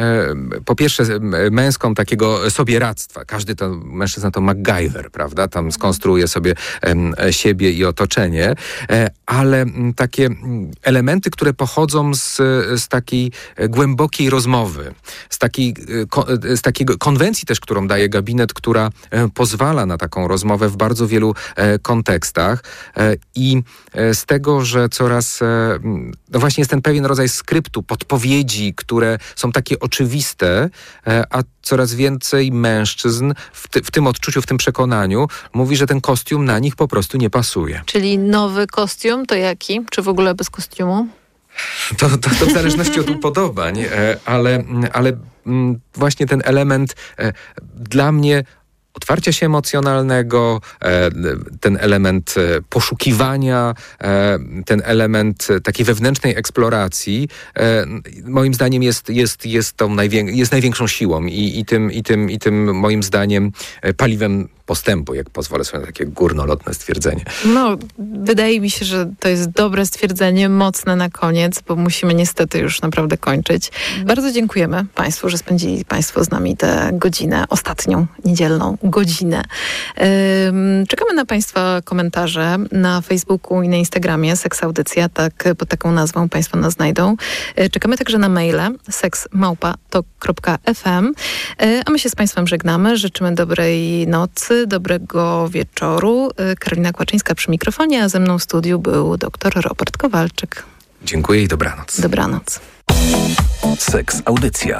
Speaker 5: po pierwsze męską takiego sobieradztwa. Każdy to mężczyzna to MacGyver, prawda? Tam skonstruuje sobie siebie i otoczenie, ale takie elementy, które pochodzą z, z takiej głębokiej rozmowy, z takiej, z takiego konwencji też, którą daje gabinet, która pozwala pozwala na taką rozmowę w bardzo wielu e, kontekstach e, i e, z tego, że coraz e, no właśnie jest ten pewien rodzaj skryptu, podpowiedzi, które są takie oczywiste, e, a coraz więcej mężczyzn w, ty, w tym odczuciu, w tym przekonaniu mówi, że ten kostium na nich po prostu nie pasuje.
Speaker 4: Czyli nowy kostium to jaki? Czy w ogóle bez kostiumu?
Speaker 5: To, to, to w zależności od upodobań, e, ale, ale m, właśnie ten element e, dla mnie otwarcia się emocjonalnego, ten element poszukiwania, ten element takiej wewnętrznej eksploracji, moim zdaniem jest, jest, jest, tą najwię- jest największą siłą i, i, tym, i, tym, i tym moim zdaniem paliwem postępu, jak pozwolę sobie na takie górnolotne stwierdzenie.
Speaker 4: No, wydaje mi się, że to jest dobre stwierdzenie, mocne na koniec, bo musimy niestety już naprawdę kończyć. Bardzo dziękujemy Państwu, że spędzili Państwo z nami tę godzinę, ostatnią niedzielną godzinę. Czekamy na Państwa komentarze na Facebooku i na Instagramie Seks Audycja, tak pod taką nazwą Państwo nas znajdą. Czekamy także na maile seks małpa tok kropka f m, a my się z Państwem żegnamy. Życzymy dobrej nocy, dobrego wieczoru. Karolina Kłaczyńska przy mikrofonie, a ze mną w studiu był dr Robert Kowalczyk.
Speaker 5: Dziękuję i dobranoc.
Speaker 4: Dobranoc.
Speaker 3: Seks Audycja.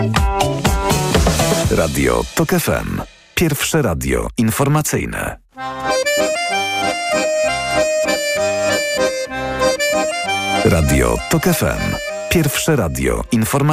Speaker 3: Radio Tok F M. Pierwsze radio informacyjne. Radio Tok F M. Pierwsze radio informacyjne.